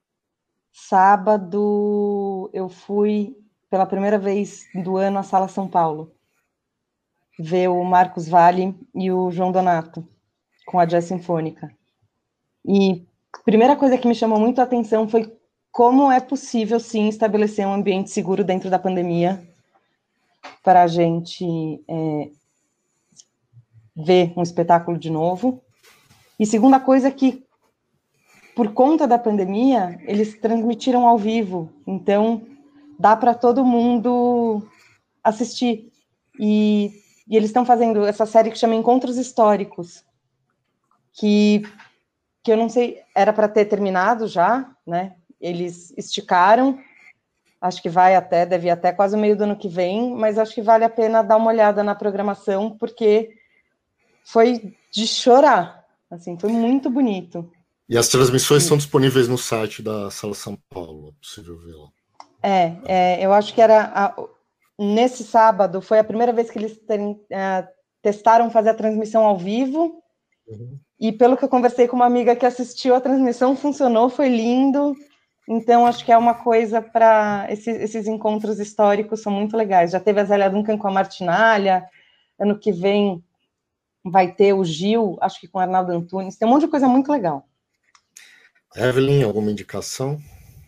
Sábado eu fui pela primeira vez do ano à Sala São Paulo ver o Marcos Valle e o João Donato com a Jazz Sinfônica. E a primeira coisa que me chamou muito a atenção foi como é possível, sim, estabelecer um ambiente seguro dentro da pandemia para a gente é, ver um espetáculo de novo. E segunda coisa é que, por conta da pandemia, eles transmitiram ao vivo, então dá para todo mundo assistir. E e eles estão fazendo essa série que chama Encontros Históricos, que, que eu não sei, era para ter terminado já, né? Eles esticaram, acho que vai até, deve ir até quase o meio do ano que vem, mas acho que vale a pena dar uma olhada na programação, porque foi de chorar, assim, foi muito bonito. E as transmissões Sim. são disponíveis no site da Sala São Paulo, é possível vê-la. É, é, eu acho que era, a, nesse sábado, foi a primeira vez que eles terem, uh, testaram fazer a transmissão ao vivo, uhum. E pelo que eu conversei com uma amiga que assistiu, a transmissão funcionou, foi lindo. Então, acho que é uma coisa para... Esses, esses encontros históricos são muito legais. Já teve a Zélia Duncan com a Martinalha, ano que vem vai ter o Gil, acho que com o Arnaldo Antunes, tem um monte de coisa muito legal. Evelyn, alguma indicação?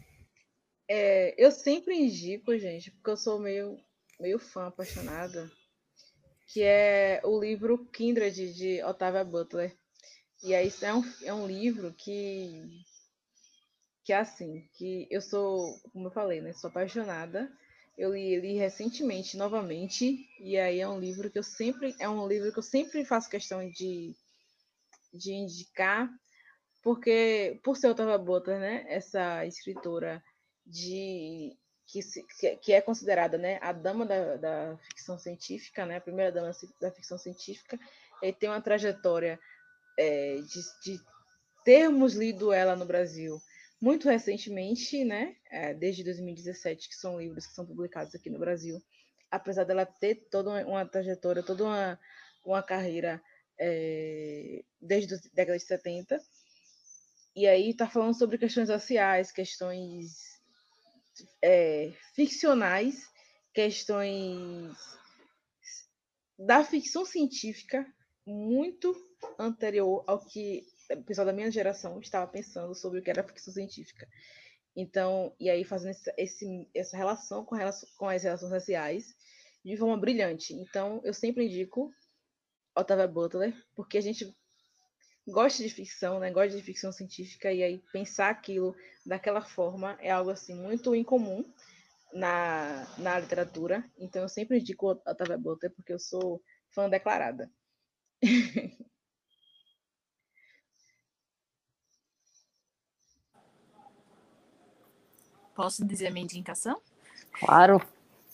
É, eu sempre indico, gente, porque eu sou meio, meio fã, apaixonada, que é o livro Kindred, de Octavia Butler. E aí, isso é um, é um livro que... que é assim, que eu sou, como eu falei, né, sou apaixonada. Eu li ele recentemente, novamente, e aí é um livro que eu sempre, é um livro que eu sempre faço questão de, de indicar, porque, por ser Octavia Butler, né, essa escritora de, que, se, que é considerada, né, a dama da, da ficção científica, né, a primeira dama da ficção científica, ele tem uma trajetória é, de, de termos lido ela no Brasil muito recentemente, né, desde dois mil e dezessete, que são livros que são publicados aqui no Brasil, apesar dela ter toda uma, uma trajetória, toda uma, uma carreira é, desde a década de setenta, e aí está falando sobre questões raciais, questões é, ficcionais, questões da ficção científica, muito anterior ao que o pessoal da minha geração estava pensando sobre o que era ficção científica. Então, e aí fazendo esse, esse, essa relação com, relação com as relações raciais de forma brilhante. Então, eu sempre indico Octavia Butler, porque a gente gosta de ficção, né? Gosta de ficção científica, e aí pensar aquilo daquela forma é algo assim muito incomum na, na literatura. Então, eu sempre indico Octavia Butler, porque eu sou fã declarada. Posso dizer a minha indicação? Claro.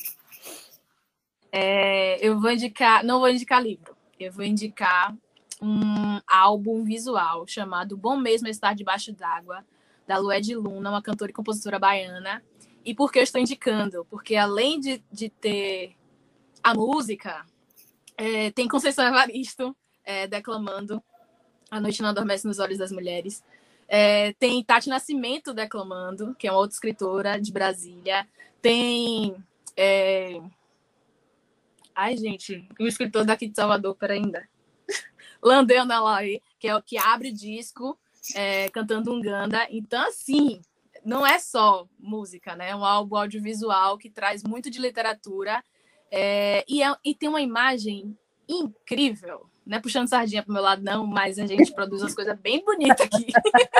É, eu vou indicar, não vou indicar livro, eu vou indicar um álbum visual chamado Bom Mesmo Estar Debaixo d'Água, da Lued Luna, uma cantora e compositora baiana. E por que eu estou indicando? Porque além de, de ter a música, é, tem Conceição Evaristo é, declamando A Noite Não Adormece nos Olhos das Mulheres. É, tem Tati Nascimento declamando, que é uma outra escritora de Brasília. Tem... É... Ai, gente, um escritor daqui de Salvador, peraí ainda. Landeu Nalaí, que é o que abre o disco é, cantando Unganda. Então, assim, não é só música, né? É um álbum audiovisual que traz muito de literatura é, e, é, e tem uma imagem incrível. Não é puxando sardinha pro meu lado, não, mas a gente produz as coisas bem bonitas aqui.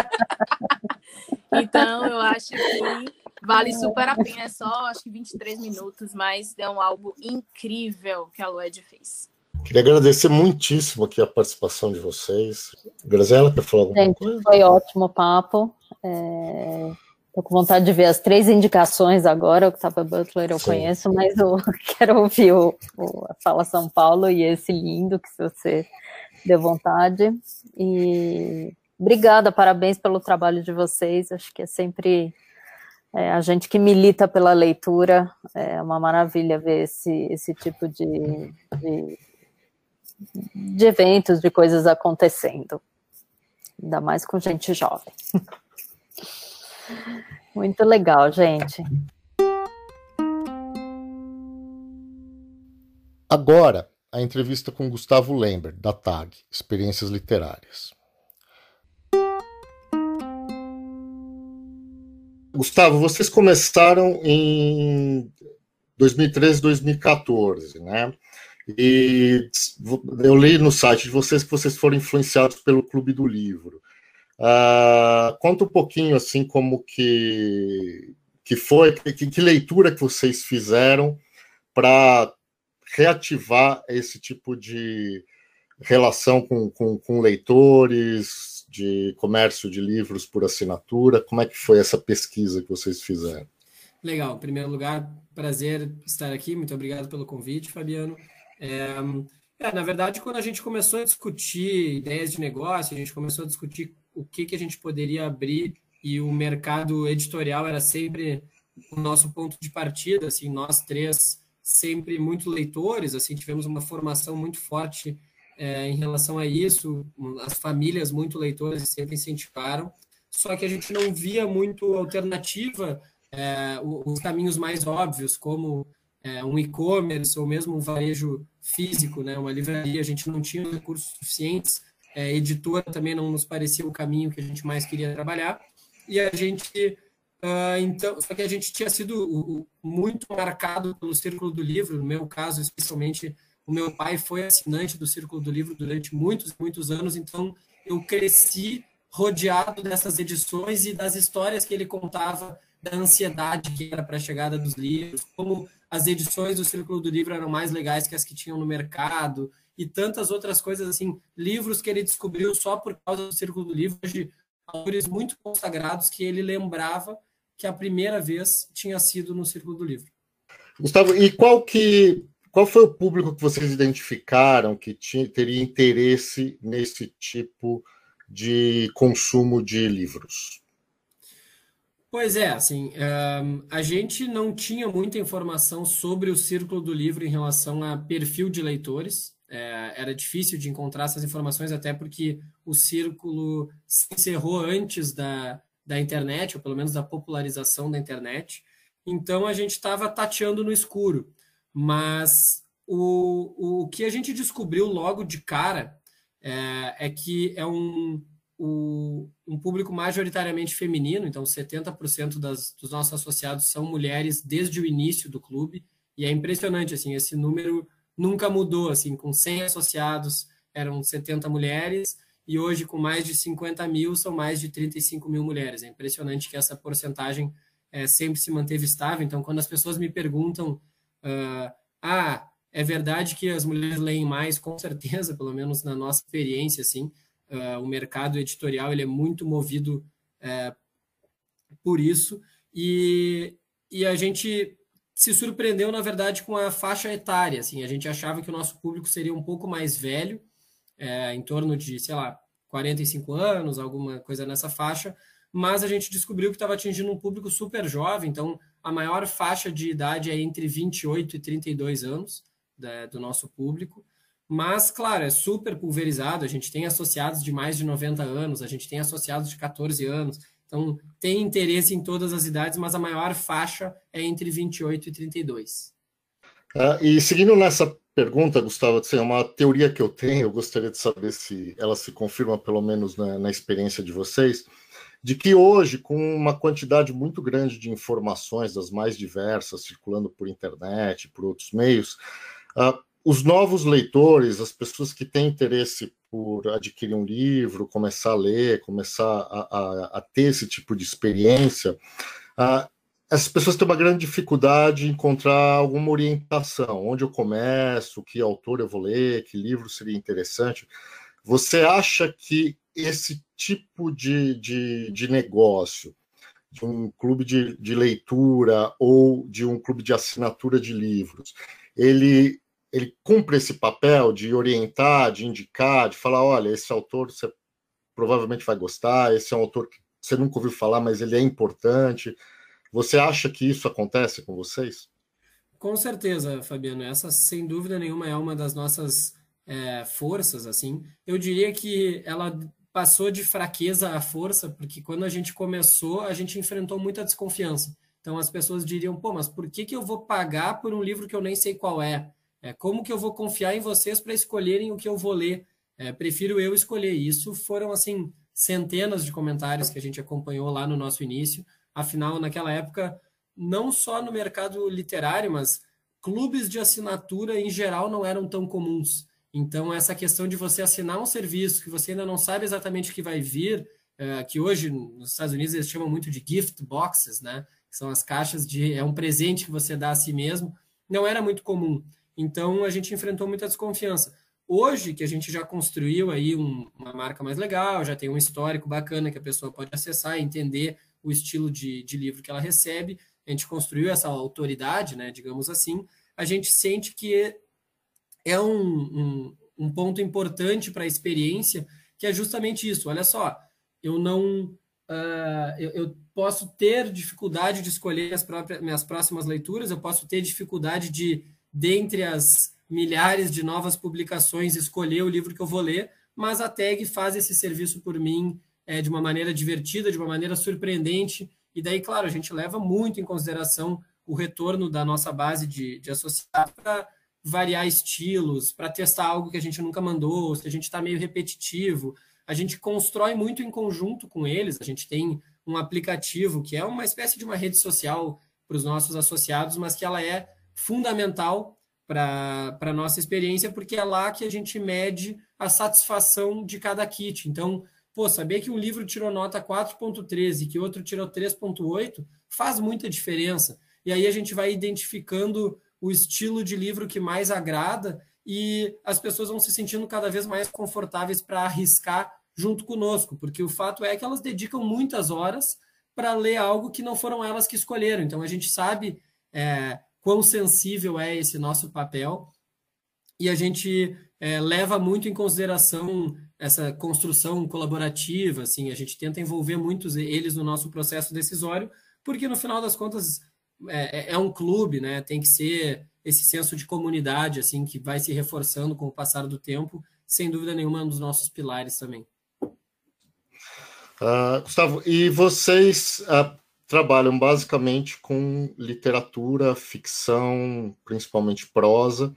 Então, eu acho que vale super a pena. É só, acho que vinte e três minutos, mas é um álbum incrível que a Lued fez. Queria agradecer muitíssimo aqui a participação de vocês. Graziela, quer falar alguma Gente, coisa? Foi ótimo o papo. É... Tô com vontade de ver as três indicações agora. O Octavia Butler eu Sim. conheço, mas eu quero ouvir o, o a Fala São Paulo e esse lindo, que se você deu vontade. E obrigada, parabéns pelo trabalho de vocês. Acho que é sempre é, a gente que milita pela leitura. É uma maravilha ver esse, esse tipo de, de, de eventos, de coisas acontecendo. Ainda mais com gente jovem. Muito legal, gente. Agora, a entrevista com Gustavo Lembert, da T A G, Experiências Literárias. Gustavo, vocês começaram em dois mil e treze, dois mil e quatorze, né? E eu li no site de vocês que vocês foram influenciados pelo Clube do Livro. Uh, conta um pouquinho assim como que, que foi, que, que leitura que vocês fizeram para reativar esse tipo de relação com, com, com leitores, de comércio de livros por assinatura? Como é que foi essa pesquisa que vocês fizeram? Legal, em primeiro lugar, prazer estar aqui, muito obrigado pelo convite, Fabiano. É, é, na verdade, quando a gente começou a discutir ideias de negócio, a gente começou a discutir o que, que a gente poderia abrir, e o mercado editorial era sempre o nosso ponto de partida, assim, nós três sempre muito leitores, assim, tivemos uma formação muito forte é, em relação a isso, as famílias muito leitoras sempre incentivaram, só que a gente não via muito alternativa, é, os caminhos mais óbvios, como é, um e-commerce ou mesmo um varejo físico, né, uma livraria, a gente não tinha recursos suficientes, é, editora também não nos parecia o caminho que a gente mais queria trabalhar, e a gente, uh, então, só que a gente tinha sido uh, muito marcado pelo Círculo do Livro, no meu caso, especialmente, o meu pai foi assinante do Círculo do Livro durante muitos, muitos anos, então eu cresci rodeado dessas edições e das histórias que ele contava, da ansiedade que era para a chegada dos livros, como as edições do Círculo do Livro eram mais legais que as que tinham no mercado, e tantas outras coisas, assim, livros que ele descobriu só por causa do Círculo do Livro, hoje, autores muito consagrados que ele lembrava que a primeira vez tinha sido no Círculo do Livro. Gustavo, e qual que qual foi o público que vocês identificaram que tinha, teria interesse nesse tipo de consumo de livros? Pois é, assim, um, a gente não tinha muita informação sobre o Círculo do Livro em relação a perfil de leitores. É, era difícil de encontrar essas informações, até porque o Círculo se encerrou antes da, da internet, ou pelo menos da popularização da internet. Então, a gente estava tateando no escuro. Mas o, o que a gente descobriu logo de cara é, é que é um, o, um público majoritariamente feminino, então setenta por cento das, dos nossos associados são mulheres desde o início do clube, e é impressionante, assim, esse número nunca mudou, assim, com cem associados eram setenta mulheres, e hoje com mais de cinquenta mil são mais de trinta e cinco mil mulheres. É impressionante que essa porcentagem é, sempre se manteve estável. Então, quando as pessoas me perguntam uh, ah, é verdade que as mulheres leem mais, com certeza, pelo menos na nossa experiência, assim, uh, o mercado editorial ele é muito movido uh, por isso, e, e a gente se surpreendeu, na verdade, com a faixa etária. Assim, a gente achava que o nosso público seria um pouco mais velho, é, em torno de, sei lá, quarenta e cinco anos, alguma coisa nessa faixa, mas a gente descobriu que estava atingindo um público super jovem, então a maior faixa de idade é entre vinte e oito e trinta e dois anos da, do nosso público, mas, claro, é super pulverizado, a gente tem associados de mais de noventa anos, a gente tem associados de quatorze anos, então tem interesse em todas as idades, mas a maior faixa é entre vinte e oito e trinta e dois. Uh, e seguindo nessa pergunta, Gustavo, assim, é uma teoria que eu tenho, eu gostaria de saber se ela se confirma, pelo menos na, na experiência de vocês, de que hoje, com uma quantidade muito grande de informações, das mais diversas, circulando por internet, por outros meios, uh, os novos leitores, as pessoas que têm interesse por adquirir um livro, começar a ler, começar a, a, a ter esse tipo de experiência, uh, essas pessoas têm uma grande dificuldade em encontrar alguma orientação, onde eu começo, que autor eu vou ler, que livro seria interessante. Você acha que esse tipo de, de, de negócio, de um clube de, de leitura ou de um clube de assinatura de livros, ele, ele cumpre esse papel de orientar, de indicar, de falar, olha, esse autor você provavelmente vai gostar, esse é um autor que você nunca ouviu falar, mas ele é importante. Você acha que isso acontece com vocês? Com certeza, Fabiano. Essa, sem dúvida nenhuma, é uma das nossas é, forças, assim. Eu diria que ela passou de fraqueza a força, porque quando a gente começou, a gente enfrentou muita desconfiança. Então, as pessoas diriam, pô, mas por que, que eu vou pagar por um livro que eu nem sei qual é? É como que eu vou confiar em vocês para escolherem o que eu vou ler? É, prefiro eu escolher. Isso foram, assim, centenas de comentários que a gente acompanhou lá no nosso início. Afinal, naquela época, não só no mercado literário, mas clubes de assinatura, em geral, não eram tão comuns. Então, essa questão de você assinar um serviço que você ainda não sabe exatamente o que vai vir, é, que hoje, nos Estados Unidos, eles chamam muito de gift boxes, né? Que são as caixas de... é um presente que você dá a si mesmo, não era muito comum. Então, a gente enfrentou muita desconfiança. Hoje, que a gente já construiu aí um, uma marca mais legal, já tem um histórico bacana que a pessoa pode acessar e entender o estilo de, de livro que ela recebe, a gente construiu essa autoridade, né, digamos assim, a gente sente que é um, um, um ponto importante para a experiência, que é justamente isso. Olha só, eu não... Uh, eu, eu posso ter dificuldade de escolher as próprias, minhas próximas leituras, eu posso ter dificuldade de, dentre as milhares de novas publicações, escolher o livro que eu vou ler, mas a tag faz esse serviço por mim é, de uma maneira divertida, de uma maneira surpreendente, e daí, claro, a gente leva muito em consideração o retorno da nossa base de, de associados para variar estilos, para testar algo que a gente nunca mandou, se a gente está meio repetitivo. A gente constrói muito em conjunto com eles, a gente tem um aplicativo que é uma espécie de uma rede social para os nossos associados, mas que ela é fundamental para a nossa experiência, porque é lá que a gente mede a satisfação de cada kit. Então, pô, saber que um livro tirou nota quatro ponto treze e que outro tirou três ponto oito faz muita diferença. E aí a gente vai identificando o estilo de livro que mais agrada e as pessoas vão se sentindo cada vez mais confortáveis para arriscar junto conosco, porque o fato é que elas dedicam muitas horas para ler algo que não foram elas que escolheram. Então, a gente sabe é, quão sensível é esse nosso papel e a gente é, leva muito em consideração essa construção colaborativa, assim, a gente tenta envolver muitos eles no nosso processo decisório, porque, no final das contas, é, é um clube, né? Tem que ser esse senso de comunidade, assim, que vai se reforçando com o passar do tempo, sem dúvida nenhuma, um dos nossos pilares também. Uh, Gustavo, e vocês uh, trabalham basicamente com literatura, ficção, principalmente prosa,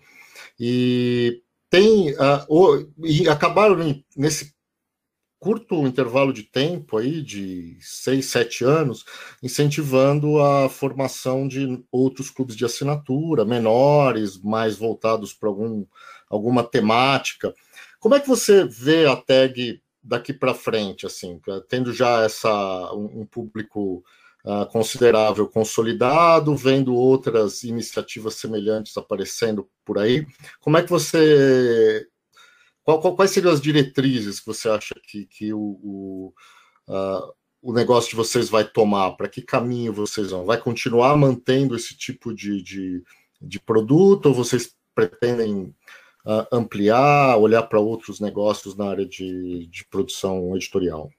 e tem uh, o, e acabaram nesse curto intervalo de tempo aí, de seis, sete anos, incentivando a formação de outros clubes de assinatura, menores, mais voltados para algum, alguma temática. Como é que você vê a tag daqui para frente, assim, tendo já essa, um, um público uh, considerável consolidado, vendo outras iniciativas semelhantes aparecendo por aí? Como é que você... Qual, qual, quais seriam as diretrizes que você acha que, que o, o, uh, o negócio de vocês vai tomar? Para que caminho vocês vão? Vai continuar mantendo esse tipo de, de, de produto ou vocês pretendem uh, ampliar, olhar para outros negócios na área de, de produção editorial?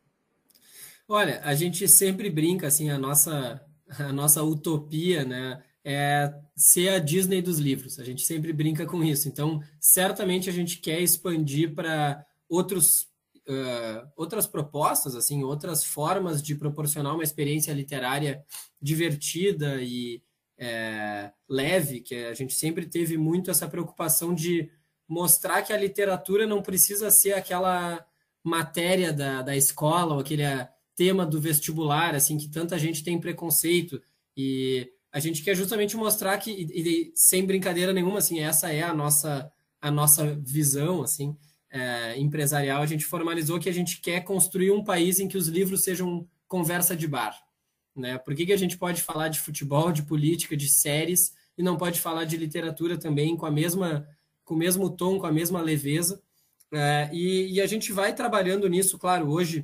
Olha, a gente sempre brinca, assim, a nossa, a nossa utopia, né? É ser a Disney dos livros. A gente sempre brinca com isso. Então, certamente a gente quer expandir para outros uh, outras propostas, assim, outras formas de proporcionar uma experiência literária divertida e é, leve, que a gente sempre teve muito essa preocupação de mostrar que a literatura não precisa ser aquela matéria da, da escola ou aquele tema do vestibular, assim, que tanta gente tem preconceito. E a gente quer justamente mostrar que, e, e, sem brincadeira nenhuma, assim, essa é a nossa, a nossa visão, assim, é, empresarial. A gente formalizou que a gente quer construir um país em que os livros sejam conversa de bar, né? Por que que a gente pode falar de futebol, de política, de séries, e não pode falar de literatura também com a mesma, com o mesmo tom, com a mesma leveza? É, e, e a gente vai trabalhando nisso, claro, hoje,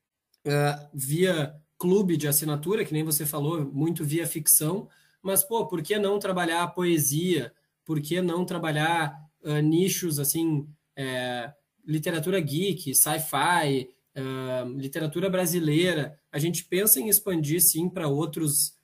é, via clube de assinatura, que nem você falou, muito via ficção, mas, pô, por que não trabalhar a poesia? Por que não trabalhar uh, nichos, assim, é, literatura geek, sci-fi, uh, literatura brasileira? A gente pensa em expandir, sim, para outros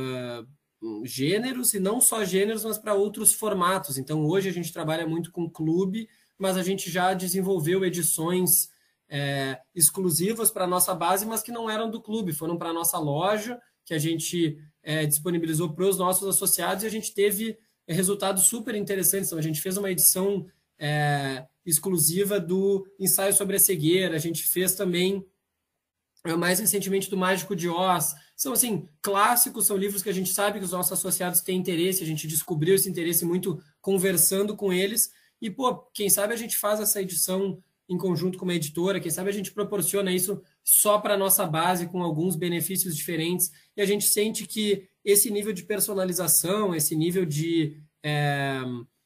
uh, gêneros, e não só gêneros, mas para outros formatos. Então, hoje a gente trabalha muito com clube, mas a gente já desenvolveu edições É, exclusivas para a nossa base, mas que não eram do clube, foram para a nossa loja, que a gente é, disponibilizou para os nossos associados, e a gente teve é, resultados super interessantes. Então, a gente fez uma edição é, exclusiva do Ensaio sobre a Cegueira, a gente fez também, é, mais recentemente, do Mágico de Oz. São, assim, clássicos, são livros que a gente sabe que os nossos associados têm interesse, a gente descobriu esse interesse muito conversando com eles, e, pô, quem sabe a gente faz essa edição em conjunto com uma editora, quem sabe a gente proporciona isso só para a nossa base, com alguns benefícios diferentes, e a gente sente que esse nível de personalização, esse nível de, é,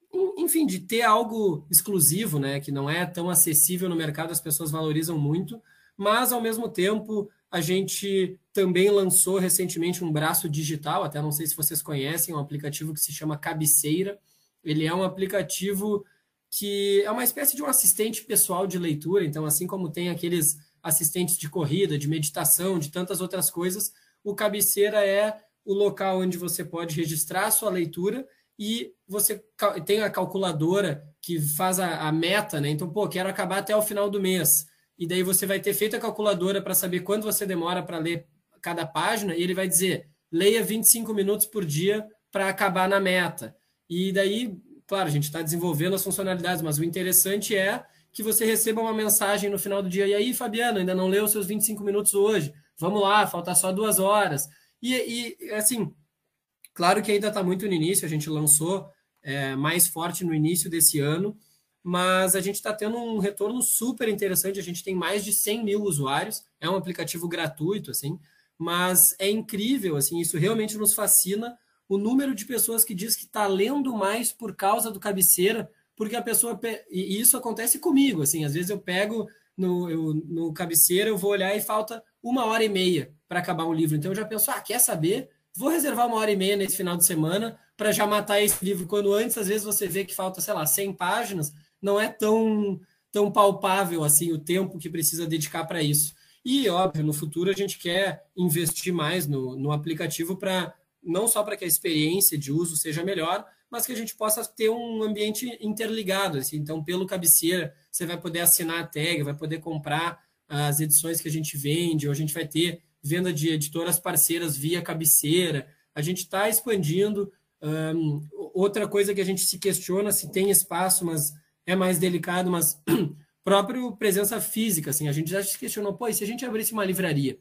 enfim, de ter algo exclusivo, né, que não é tão acessível no mercado, as pessoas valorizam muito, mas, ao mesmo tempo, a gente também lançou recentemente um braço digital, até não sei se vocês conhecem, um aplicativo que se chama Cabeceira. Ele é um aplicativo que é uma espécie de um assistente pessoal de leitura, então, assim como tem aqueles assistentes de corrida, de meditação, de tantas outras coisas, o Cabeceira é o local onde você pode registrar a sua leitura e você tem a calculadora que faz a, a meta, né? Então, pô, quero acabar até o final do mês. E daí você vai ter feito a calculadora para saber quanto você demora para ler cada página, e ele vai dizer, leia vinte e cinco minutos por dia para acabar na meta. E daí, claro, a gente está desenvolvendo as funcionalidades, mas o interessante é que você receba uma mensagem no final do dia, e aí, Fabiano, ainda não leu os seus vinte e cinco minutos hoje? Vamos lá, falta só duas horas. E, e assim, claro que ainda está muito no início, a gente lançou é, mais forte no início desse ano, mas a gente está tendo um retorno super interessante, a gente tem mais de cem mil usuários, é um aplicativo gratuito, assim, mas é incrível, assim, isso realmente nos fascina, o número de pessoas que diz que está lendo mais por causa do Cabeceira, porque a pessoa, e isso acontece comigo, assim, às vezes eu pego no, eu, no Cabeceira, eu vou olhar e falta uma hora e meia para acabar um livro, então eu já penso, ah, quer saber? Vou reservar uma hora e meia nesse final de semana para já matar esse livro, quando antes, às vezes, você vê que falta, sei lá, cem páginas, não é tão, tão palpável assim o tempo que precisa dedicar para isso. E, óbvio, no futuro a gente quer investir mais no, no aplicativo para não só para que a experiência de uso seja melhor, mas que a gente possa ter um ambiente interligado. Assim. Então, pelo Cabeceira, você vai poder assinar a tag, vai poder comprar as edições que a gente vende, ou a gente vai ter venda de editoras parceiras via Cabeceira. A gente está expandindo. Um, outra coisa que a gente se questiona se tem espaço, mas é mais delicado, mas próprio presença física, assim, a gente já se questionou, pô, e se a gente abrisse uma livraria,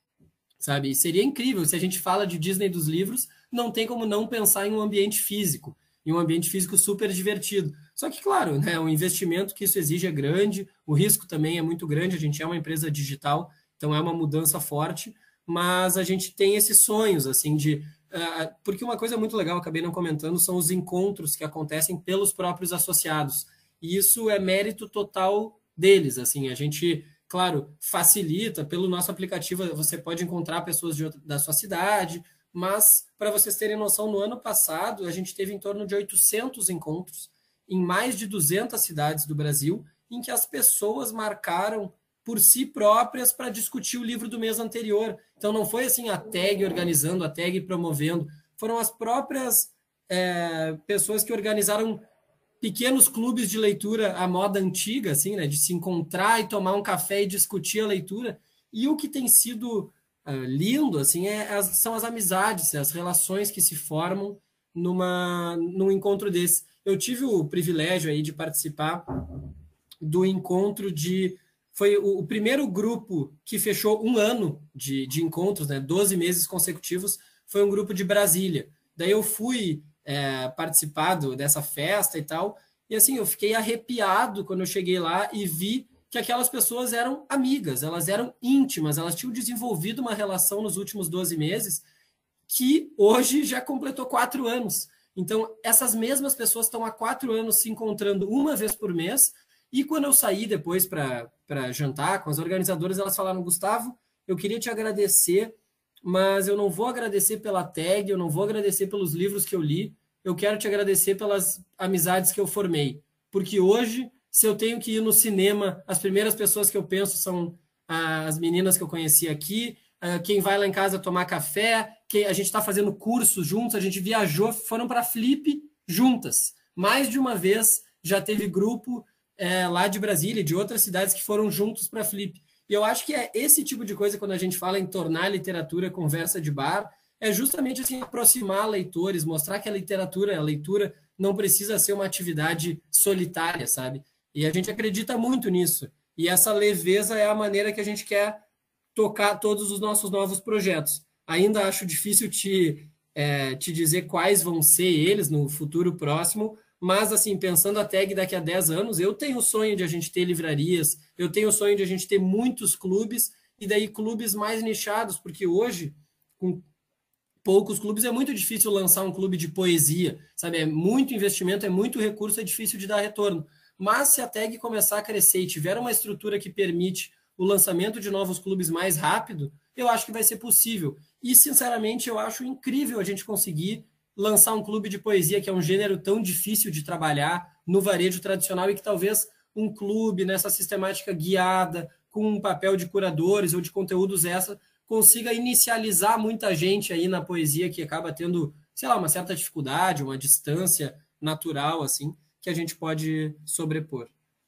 sabe? Seria incrível, se a gente fala de Disney dos livros, não tem como não pensar em um ambiente físico, em um ambiente físico super divertido. Só que, claro, né, o investimento que isso exige é grande, o risco também é muito grande, a gente é uma empresa digital, então é uma mudança forte, mas a gente tem esses sonhos, assim, de... Uh, porque uma coisa muito legal, eu acabei não comentando, são os encontros que acontecem pelos próprios associados. E isso é mérito total deles, assim, a gente, claro, facilita, pelo nosso aplicativo você pode encontrar pessoas de outra, da sua cidade, mas, para vocês terem noção, no ano passado a gente teve em torno de oitocentos encontros em mais de duzentas cidades do Brasil, em que as pessoas marcaram por si próprias para discutir o livro do mês anterior. Então não foi assim a tag organizando, a tag promovendo, foram as próprias é, pessoas que organizaram pequenos clubes de leitura à moda antiga, assim, né, de se encontrar e tomar um café e discutir a leitura. E o que tem sido uh, lindo, assim, é as, são as amizades, as relações que se formam numa, num encontro desse. Eu tive o privilégio aí de participar do encontro de... Foi o, o primeiro grupo que fechou um ano de, de encontros, né, doze meses consecutivos, foi um grupo de Brasília. Daí eu fui... É, participado dessa festa e tal, e assim, eu fiquei arrepiado quando eu cheguei lá e vi que aquelas pessoas eram amigas, elas eram íntimas, elas tinham desenvolvido uma relação nos últimos doze meses que hoje já completou quatro anos. Então, essas mesmas pessoas estão há quatro anos se encontrando uma vez por mês, e quando eu saí depois para jantar com as organizadoras, elas falaram, Gustavo, eu queria te agradecer, mas eu não vou agradecer pela tag, eu não vou agradecer pelos livros que eu li, eu quero te agradecer pelas amizades que eu formei. Porque hoje, se eu tenho que ir no cinema, as primeiras pessoas que eu penso são as meninas que eu conheci aqui, quem vai lá em casa tomar café, quem, a gente está fazendo cursos juntos, a gente viajou, foram para Flip juntas. Mais de uma vez já teve grupo é, lá de Brasília, de outras cidades que foram juntos para Flip. E eu acho que é esse tipo de coisa, quando a gente fala em tornar a literatura conversa de bar, é justamente assim, aproximar leitores, mostrar que a literatura, a leitura não precisa ser uma atividade solitária, sabe? E a gente acredita muito nisso. E essa leveza é a maneira que a gente quer tocar todos os nossos novos projetos. Ainda acho difícil te, é, te dizer quais vão ser eles no futuro próximo, mas, assim, pensando a tag daqui a dez anos, eu tenho o sonho de a gente ter livrarias, eu tenho o sonho de a gente ter muitos clubes, e daí clubes mais nichados, porque hoje, com poucos clubes, é muito difícil lançar um clube de poesia, sabe? É muito investimento, é muito recurso, é difícil de dar retorno. Mas se a tag começar a crescer e tiver uma estrutura que permite o lançamento de novos clubes mais rápido, eu acho que vai ser possível. E, sinceramente, eu acho incrível a gente conseguir lançar um clube de poesia, que é um gênero tão difícil de trabalhar no varejo tradicional e que talvez um clube nessa sistemática guiada, com um papel de curadores ou de conteúdos essa, consiga inicializar muita gente aí na poesia que acaba tendo, sei lá, uma certa dificuldade, uma distância natural, assim, que a gente pode sobrepor.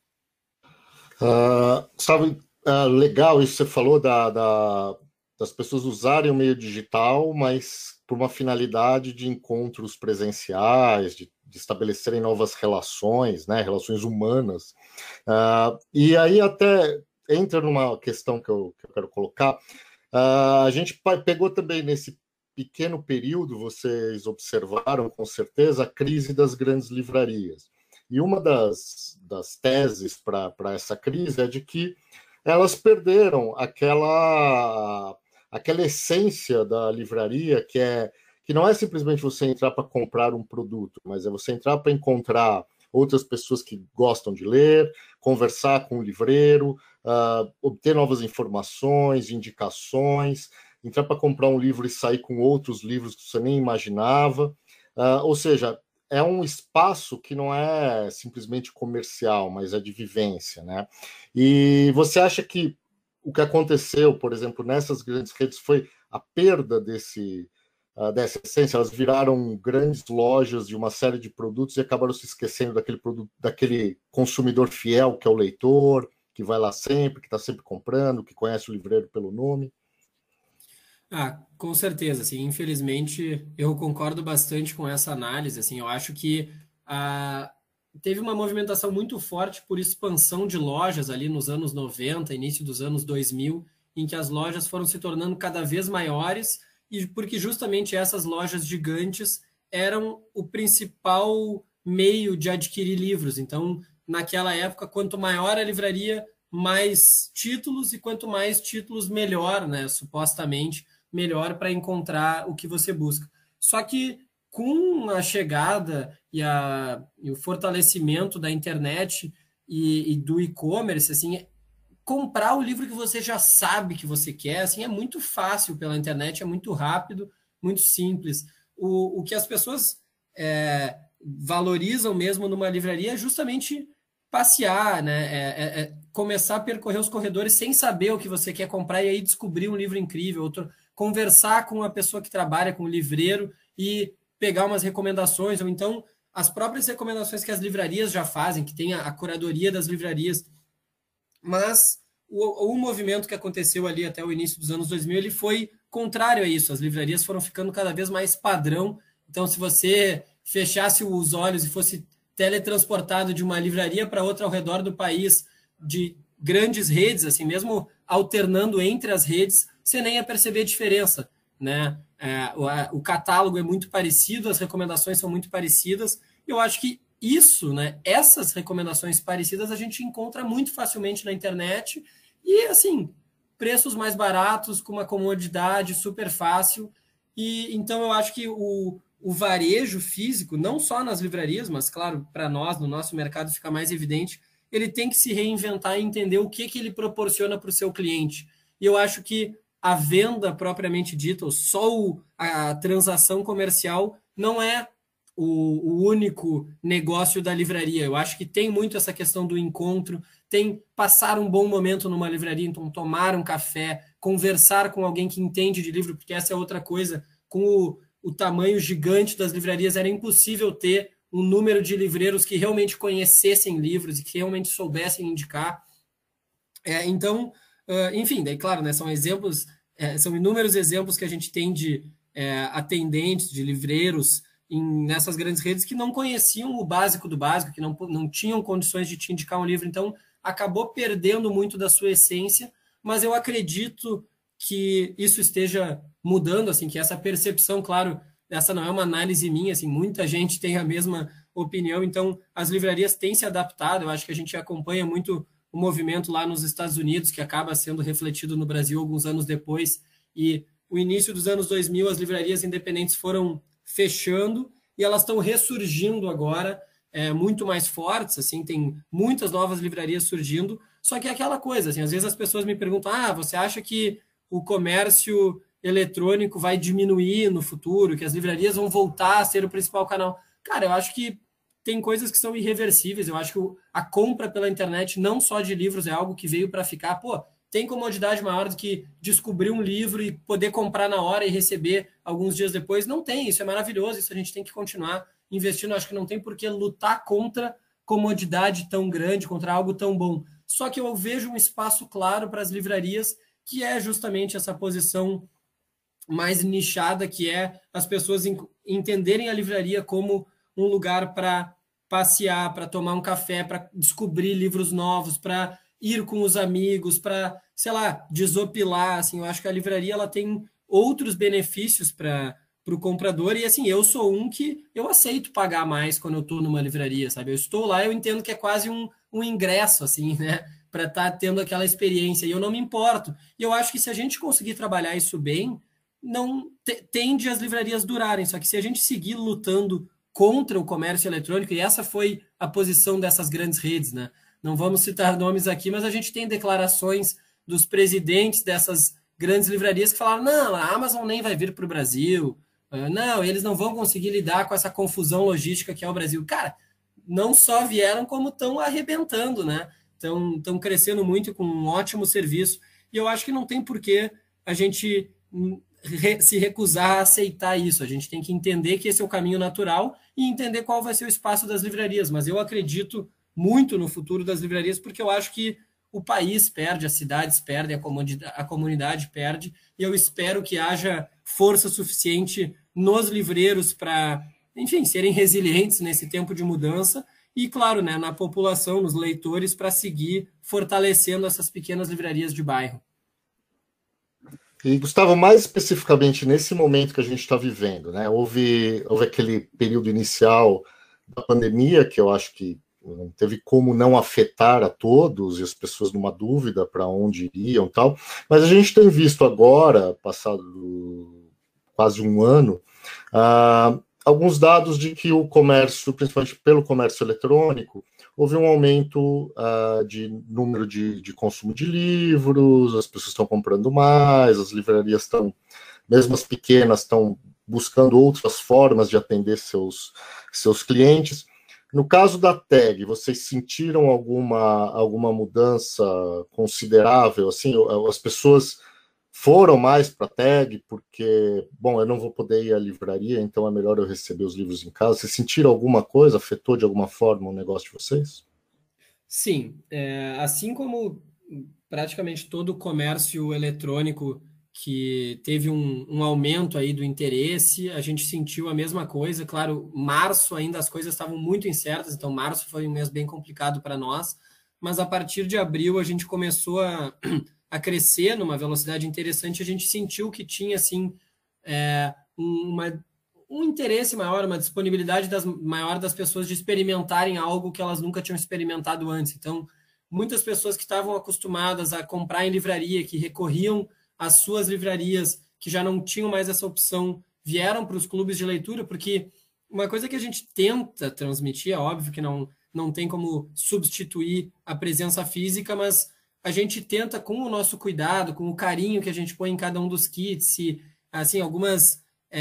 Uh, sabe, uh, legal isso que você falou da, da, das pessoas usarem o meio digital, mas por uma finalidade de encontros presenciais, de, de estabelecerem novas relações, né, relações humanas. Uh, e aí até entra numa questão que eu, que eu quero colocar. Uh, a gente pegou também nesse pequeno período, vocês observaram com certeza, a crise das grandes livrarias. E uma das, das teses para essa crise é de que elas perderam aquela, aquela essência da livraria, que, é, que não é simplesmente você entrar para comprar um produto, mas é você entrar para encontrar outras pessoas que gostam de ler, conversar com o livreiro, uh, obter novas informações, indicações, entrar para comprar um livro e sair com outros livros que você nem imaginava. Uh, ou seja, é um espaço que não é simplesmente comercial, mas é de vivência, né? E você acha que o que aconteceu, por exemplo, nessas grandes redes foi a perda desse, uh, dessa essência? Elas viraram grandes lojas de uma série de produtos e acabaram se esquecendo daquele produto, daquele consumidor fiel que é o leitor, que vai lá sempre, que está sempre comprando, que conhece o livreiro pelo nome. Ah, com certeza, assim, infelizmente eu concordo bastante com essa análise, assim, eu acho que ah, teve uma movimentação muito forte por expansão de lojas ali nos anos noventa, início dos anos dois mil, em que as lojas foram se tornando cada vez maiores, e porque justamente essas lojas gigantes eram o principal meio de adquirir livros. Então, naquela época, quanto maior a livraria, mais títulos, e quanto mais títulos, melhor, né, supostamente, melhor para encontrar o que você busca. Só que com a chegada e, a, e o fortalecimento da internet e, e do e-commerce, assim, comprar o livro que você já sabe que você quer, assim, é muito fácil pela internet, é muito rápido, muito simples. O, o que as pessoas é, valorizam mesmo numa livraria é justamente passear, né? É, é, é começar a percorrer os corredores sem saber o que você quer comprar e aí descobrir um livro incrível, outro, conversar com a pessoa que trabalha, com o livreiro e pegar umas recomendações, ou então as próprias recomendações que as livrarias já fazem, que tem a, a curadoria das livrarias. Mas o, o movimento que aconteceu ali até o início dos anos dois mil, ele foi contrário a isso. As livrarias foram ficando cada vez mais padrão. Então, se você fechasse os olhos e fosse teletransportado de uma livraria para outra ao redor do país, de grandes redes, assim, mesmo alternando entre as redes, você nem ia perceber a diferença, né? É, o, a, o catálogo é muito parecido, as recomendações são muito parecidas. Eu acho que isso, né? Essas recomendações parecidas a gente encontra muito facilmente na internet e, assim, preços mais baratos, com uma comodidade super fácil. E então eu acho que o, o varejo físico, não só nas livrarias, mas, claro, para nós, no nosso mercado, fica mais evidente, ele tem que se reinventar e entender o que, que ele proporciona para o seu cliente. E eu acho que a venda propriamente dita, ou só o, a transação comercial, não é o, o único negócio da livraria. Eu acho que tem muito essa questão do encontro, tem passar um bom momento numa livraria, então tomar um café, conversar com alguém que entende de livro, porque essa é outra coisa. Com o, o tamanho gigante das livrarias, era impossível ter um número de livreiros que realmente conhecessem livros e que realmente soubessem indicar. É, então, uh, enfim, daí, claro, né, são exemplos, é, são inúmeros exemplos que a gente tem de é, atendentes, de livreiros em, nessas grandes redes que não conheciam o básico do básico, que não, não tinham condições de te indicar um livro, então acabou perdendo muito da sua essência, mas eu acredito que isso esteja mudando, assim, que essa percepção, claro, essa não é uma análise minha, assim, muita gente tem a mesma opinião, então as livrarias têm se adaptado, eu acho que a gente acompanha muito o movimento lá nos Estados Unidos, que acaba sendo refletido no Brasil alguns anos depois, e o início dos anos dois mil, as livrarias independentes foram fechando e elas estão ressurgindo agora, é, muito mais fortes, assim, tem muitas novas livrarias surgindo, só que é aquela coisa, assim, às vezes as pessoas me perguntam, ah, você acha que o comércio eletrônico vai diminuir no futuro, que as livrarias vão voltar a ser o principal canal? Cara, eu acho que tem coisas que são irreversíveis, eu acho que a compra pela internet, não só de livros, é algo que veio para ficar. Pô, tem comodidade maior do que descobrir um livro e poder comprar na hora e receber alguns dias depois? Não tem, isso é maravilhoso, isso a gente tem que continuar investindo. Acho que não tem por que lutar contra comodidade tão grande, contra algo tão bom. Só que eu vejo um espaço claro para as livrarias, que é justamente essa posição mais nichada, que é as pessoas entenderem a livraria como um lugar para passear, para tomar um café, para descobrir livros novos, para ir com os amigos, para, sei lá, desopilar. Assim, eu acho que a livraria ela tem outros benefícios para o comprador, e assim, eu sou um que eu aceito pagar mais quando eu estou numa livraria, sabe? Eu estou lá, eu entendo que é quase um, um ingresso, assim, né? Para estar tá tendo aquela experiência, e eu não me importo. E eu acho que se a gente conseguir trabalhar isso bem, não tende as livrarias durarem, só que se a gente seguir lutando contra o comércio eletrônico, e essa foi a posição dessas grandes redes, né? Não vamos citar nomes aqui, mas a gente tem declarações dos presidentes dessas grandes livrarias que falaram, não, a Amazon nem vai vir para o Brasil, não, eles não vão conseguir lidar com essa confusão logística que é o Brasil. Cara, não só vieram, como estão arrebentando, né? Estão crescendo muito com um ótimo serviço, e eu acho que não tem por que a gente se recusar a aceitar isso. A gente tem que entender que esse é o caminho natural e entender qual vai ser o espaço das livrarias. Mas eu acredito muito no futuro das livrarias, porque eu acho que o país perde, as cidades perdem, a comunidade, a comunidade perde, e eu espero que haja força suficiente nos livreiros para, enfim, serem resilientes nesse tempo de mudança, e, claro, né, na população, nos leitores, para seguir fortalecendo essas pequenas livrarias de bairro. E, Gustavo, mais especificamente nesse momento que a gente está vivendo, né? Houve, houve aquele período inicial da pandemia, que eu acho que não teve como não afetar a todos, e as pessoas numa dúvida para onde iriam e tal, mas a gente tem visto agora, passado quase um ano, uh, alguns dados de que o comércio, principalmente pelo comércio eletrônico, houve um aumento uh, de número de, de consumo de livros, as pessoas estão comprando mais, as livrarias estão, mesmo as pequenas, estão buscando outras formas de atender seus, seus clientes. No caso da tag, vocês sentiram alguma, alguma mudança considerável? Assim, as pessoas foram mais para a tag porque, bom, eu não vou poder ir à livraria, então é melhor eu receber os livros em casa. Vocês sentiram alguma coisa? Afetou de alguma forma o negócio de vocês? Sim, é, assim como praticamente todo o comércio eletrônico que teve um, um aumento aí do interesse, a gente sentiu a mesma coisa. Claro, março ainda as coisas estavam muito incertas, então março foi um mês bem complicado para nós, mas a partir de abril a gente começou a, a crescer numa velocidade interessante, a gente sentiu que tinha, assim, é, uma, um interesse maior, uma disponibilidade das, maior das pessoas de experimentarem algo que elas nunca tinham experimentado antes. Então, muitas pessoas que estavam acostumadas a comprar em livraria, que recorriam as suas livrarias, que já não tinham mais essa opção, vieram para os clubes de leitura, porque uma coisa que a gente tenta transmitir, é óbvio que não, não tem como substituir a presença física, mas a gente tenta, com o nosso cuidado, com o carinho que a gente põe em cada um dos kits, se, assim, algumas,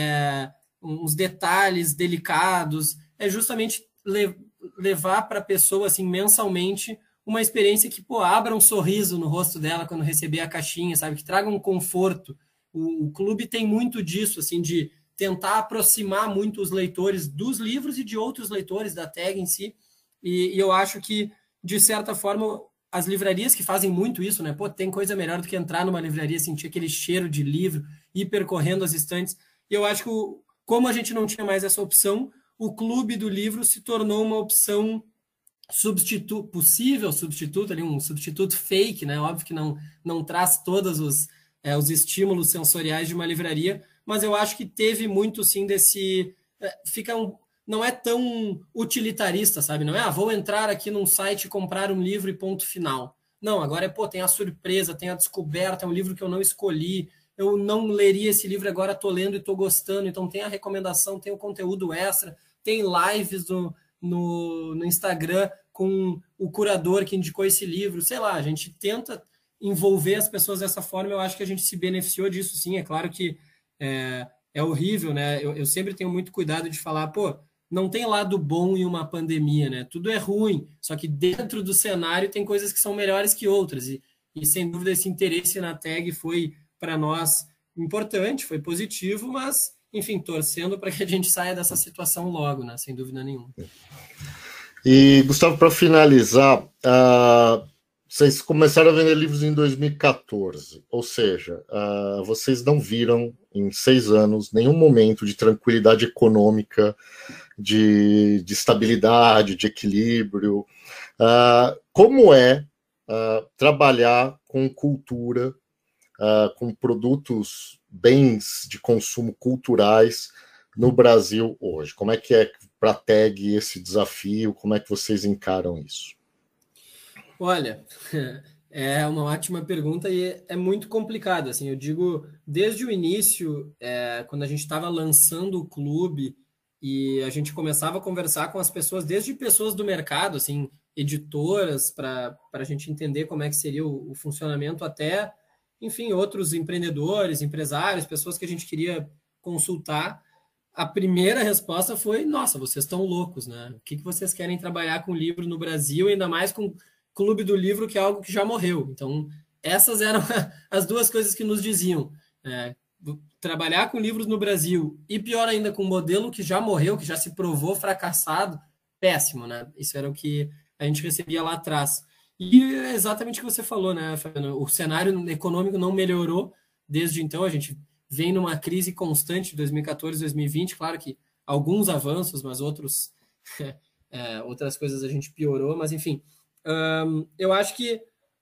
é, uns detalhes delicados, é justamente le- levar para a pessoa, assim, mensalmente, uma experiência que, pô, abra um sorriso no rosto dela quando receber a caixinha, sabe? Que traga um conforto. O, o clube tem muito disso, assim, de tentar aproximar muito os leitores dos livros e de outros leitores da tag em si. E, e eu acho que, de certa forma, as livrarias que fazem muito isso, né? Pô, tem coisa melhor do que entrar numa livraria, sentir aquele cheiro de livro, ir percorrendo as estantes. E eu acho que, o, como a gente não tinha mais essa opção, o clube do livro se tornou uma opção substituto, possível substituto, ali, um substituto fake, né? Óbvio que não, não traz todos os, é, os estímulos sensoriais de uma livraria, mas eu acho que teve muito, sim, desse... É, fica um, não é tão utilitarista, sabe? Não é, ah, vou entrar aqui num site e comprar um livro e ponto final. Não, agora é, pô, tem a surpresa, tem a descoberta, é um livro que eu não escolhi, eu não leria esse livro, agora estou lendo e estou gostando. Então tem a recomendação, tem o conteúdo extra, tem lives no, no, no Instagram com o curador que indicou esse livro. Sei lá, a gente tenta envolver as pessoas dessa forma. Eu acho que a gente se beneficiou disso, sim. É claro que é, é horrível, né? Eu, eu sempre tenho muito cuidado de falar, pô, não tem lado bom em uma pandemia, né? Tudo é ruim, só que dentro do cenário tem coisas que são melhores que outras. E, e sem dúvida, esse interesse na tag foi, para nós, importante, foi positivo, mas, enfim, torcendo para que a gente saia dessa situação logo, né? Sem dúvida nenhuma. E, Gustavo, para finalizar, uh, vocês começaram a vender livros em dois mil e quatorze, ou seja, uh, vocês não viram em seis anos nenhum momento de tranquilidade econômica, de, de estabilidade, de equilíbrio. Uh, como é uh, trabalhar com cultura, uh, com produtos, bens de consumo culturais no Brasil hoje? Como é que é para a tag esse desafio? Como é que vocês encaram isso? Olha, é uma ótima pergunta e é muito complicado. Assim, eu digo, desde o início, é, quando a gente estava lançando o clube e a gente começava a conversar com as pessoas, desde pessoas do mercado, assim, editoras, para a gente entender como é que seria o, o funcionamento, até, enfim, outros empreendedores, empresários, pessoas que a gente queria consultar. A primeira resposta foi, nossa, vocês estão loucos, né? O que, que vocês querem trabalhar com livro no Brasil, ainda mais com Clube do Livro, que é algo que já morreu. Então, essas eram as duas coisas que nos diziam. É, trabalhar com livros no Brasil e, pior ainda, com um modelo que já morreu, que já se provou fracassado, péssimo, né? Isso era o que a gente recebia lá atrás. E é exatamente o que você falou, né, Fabiano? O cenário econômico não melhorou desde então. A gente vem numa crise constante de dois mil e quatorze, dois mil e vinte. Claro que alguns avanços, mas outros, é, outras coisas a gente piorou. Mas, enfim, Um, eu acho que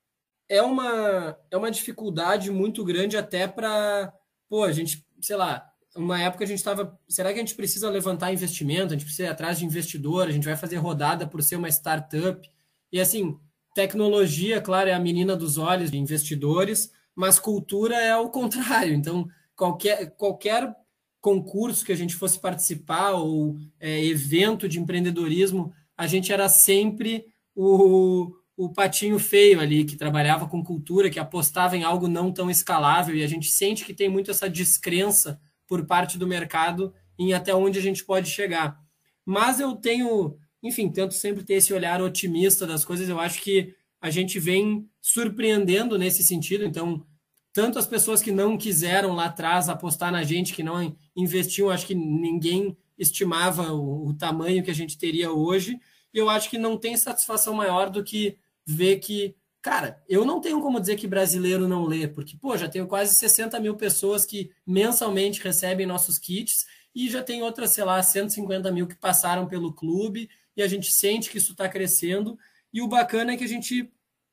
é uma, é uma dificuldade muito grande até para, pô, a gente, sei lá, uma época a gente estava, será que a gente precisa levantar investimento, a gente precisa ir atrás de investidor, a gente vai fazer rodada por ser uma startup, e assim, tecnologia, claro, é a menina dos olhos de investidores, mas cultura é o contrário. Então, qualquer, qualquer concurso que a gente fosse participar ou é, evento de empreendedorismo, a gente era sempre O, o patinho feio ali, que trabalhava com cultura, que apostava em algo não tão escalável, e a gente sente que tem muito essa descrença por parte do mercado em até onde a gente pode chegar. Mas eu tenho, enfim, tento sempre ter esse olhar otimista das coisas. Eu acho que a gente vem surpreendendo nesse sentido. Então, tanto as pessoas que não quiseram lá atrás apostar na gente, que não investiam, acho que ninguém estimava o, o tamanho que a gente teria hoje. E eu acho que não tem satisfação maior do que ver que, cara, eu não tenho como dizer que brasileiro não lê, porque, pô, já tenho quase sessenta mil pessoas que mensalmente recebem nossos kits e já tem outras, sei lá, cento e cinquenta mil que passaram pelo clube e a gente sente que isso está crescendo. E o bacana é que a gente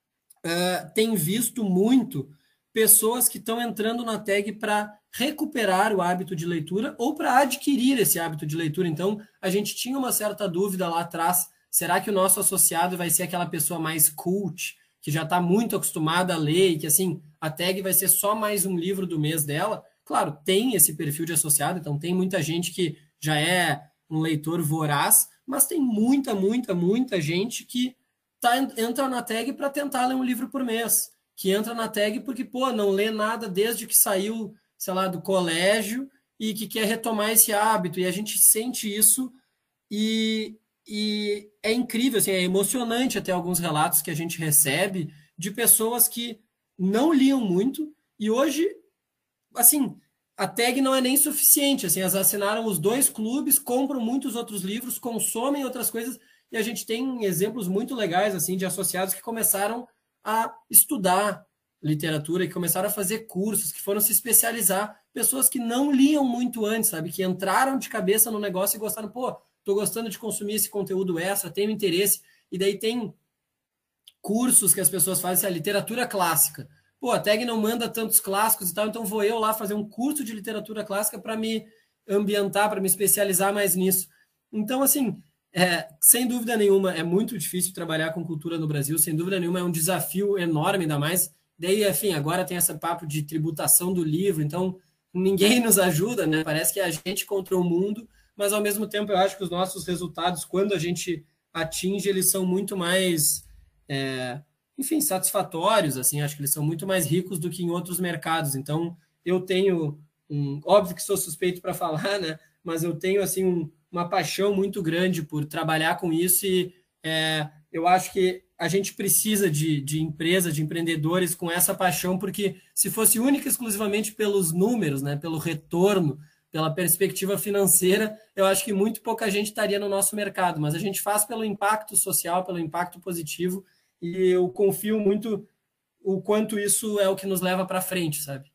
uh, tem visto muito pessoas que estão entrando na tag para recuperar o hábito de leitura ou para adquirir esse hábito de leitura. Então, a gente tinha uma certa dúvida lá atrás. Será que o nosso associado vai ser aquela pessoa mais cult, que já está muito acostumada a ler e que, assim, a tag vai ser só mais um livro do mês dela? Claro, tem esse perfil de associado, então tem muita gente que já é um leitor voraz, mas tem muita, muita, muita gente que tá, entra na tag para tentar ler um livro por mês, que entra na tag porque, pô, não lê nada desde que saiu, sei lá, do colégio e que quer retomar esse hábito. E a gente sente isso e... E é incrível, assim, é emocionante até alguns relatos que a gente recebe de pessoas que não liam muito e hoje, assim, a tag não é nem suficiente. Assim, elas assinaram os dois clubes, compram muitos outros livros, consomem outras coisas e a gente tem exemplos muito legais assim de associados que começaram a estudar literatura, que começaram a fazer cursos, que foram se especializar, pessoas que não liam muito antes, sabe, que entraram de cabeça no negócio e gostaram, pô, estou gostando de consumir esse conteúdo extra, tenho interesse, e daí tem cursos que as pessoas fazem, a literatura clássica. Pô, a tag não manda tantos clássicos e tal, então vou eu lá fazer um curso de literatura clássica para me ambientar, para me especializar mais nisso. Então, assim, é, sem dúvida nenhuma, é muito difícil trabalhar com cultura no Brasil, sem dúvida nenhuma, é um desafio enorme, ainda mais Daí, enfim, agora tem esse papo de tributação do livro, então ninguém nos ajuda, né? Parece que é a gente contra o mundo, mas ao mesmo tempo eu acho que os nossos resultados, quando a gente atinge, eles são muito mais, é, enfim, satisfatórios, assim, acho que eles são muito mais ricos do que em outros mercados. Então, eu tenho, um, óbvio que sou suspeito para falar, né? Mas eu tenho, assim, um, uma paixão muito grande por trabalhar com isso e é, eu acho que a gente precisa de, de empresas, de empreendedores com essa paixão, porque se fosse única e exclusivamente pelos números, né, pelo retorno, pela perspectiva financeira, eu acho que muito pouca gente estaria no nosso mercado, mas a gente faz pelo impacto social, pelo impacto positivo, e eu confio muito o quanto isso é o que nos leva para frente, sabe?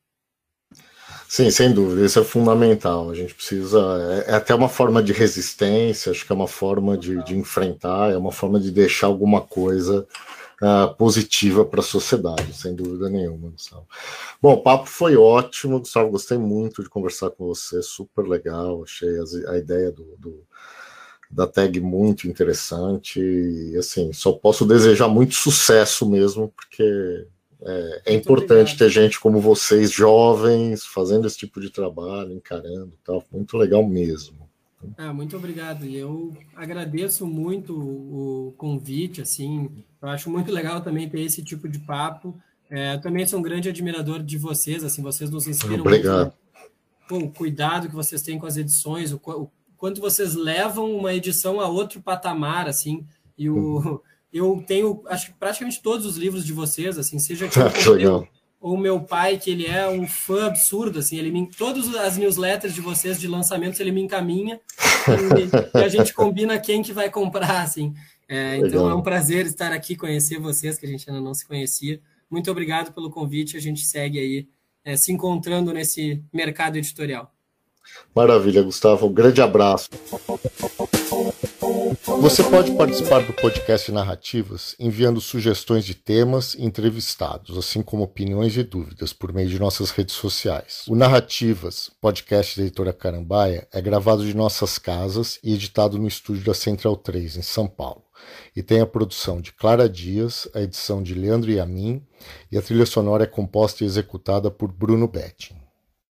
Sim, sem dúvida, isso é fundamental. A gente precisa. É, é até uma forma de resistência, acho que é uma forma de, de enfrentar, é uma forma de deixar alguma coisa uh, positiva para a sociedade, sem dúvida nenhuma, Gustavo. Bom, o papo foi ótimo, Gustavo. Gostei muito de conversar com você, super legal. Achei as, a ideia do, do, da tag muito interessante. E assim, só posso desejar muito sucesso mesmo, porque. É, é importante obrigado. Ter gente como vocês, jovens, fazendo esse tipo de trabalho, encarando, tal. Muito legal mesmo. Ah, muito obrigado. E eu agradeço muito o convite, assim, eu acho muito legal também ter esse tipo de papo. É, eu também sou um grande admirador de vocês, assim, vocês nos inspiram obrigado. muito. Com o cuidado que vocês têm com as edições, o, o quanto vocês levam uma edição a outro patamar, assim, e o... Uhum. Eu tenho, acho que praticamente todos os livros de vocês, assim, seja que eu legal. ou meu pai, que ele é um fã absurdo, assim, ele me, todas as newsletters de vocês de lançamentos ele me encaminha e, e a gente combina quem que vai comprar, assim. É, então é um prazer estar aqui, conhecer vocês, que a gente ainda não se conhecia. Muito obrigado pelo convite, a gente segue aí é, se encontrando nesse mercado editorial. Maravilha, Gustavo, um grande abraço. Você pode participar do podcast Narrativas enviando sugestões de temas e entrevistados, assim como opiniões e dúvidas por meio de nossas redes sociais. O Narrativas, podcast da editora Carambaia, é gravado de nossas casas e editado no estúdio da Central três, em São Paulo. E tem a produção de Clara Dias, a edição de Leandro Yamin e a trilha sonora é composta e executada por Bruno Betting.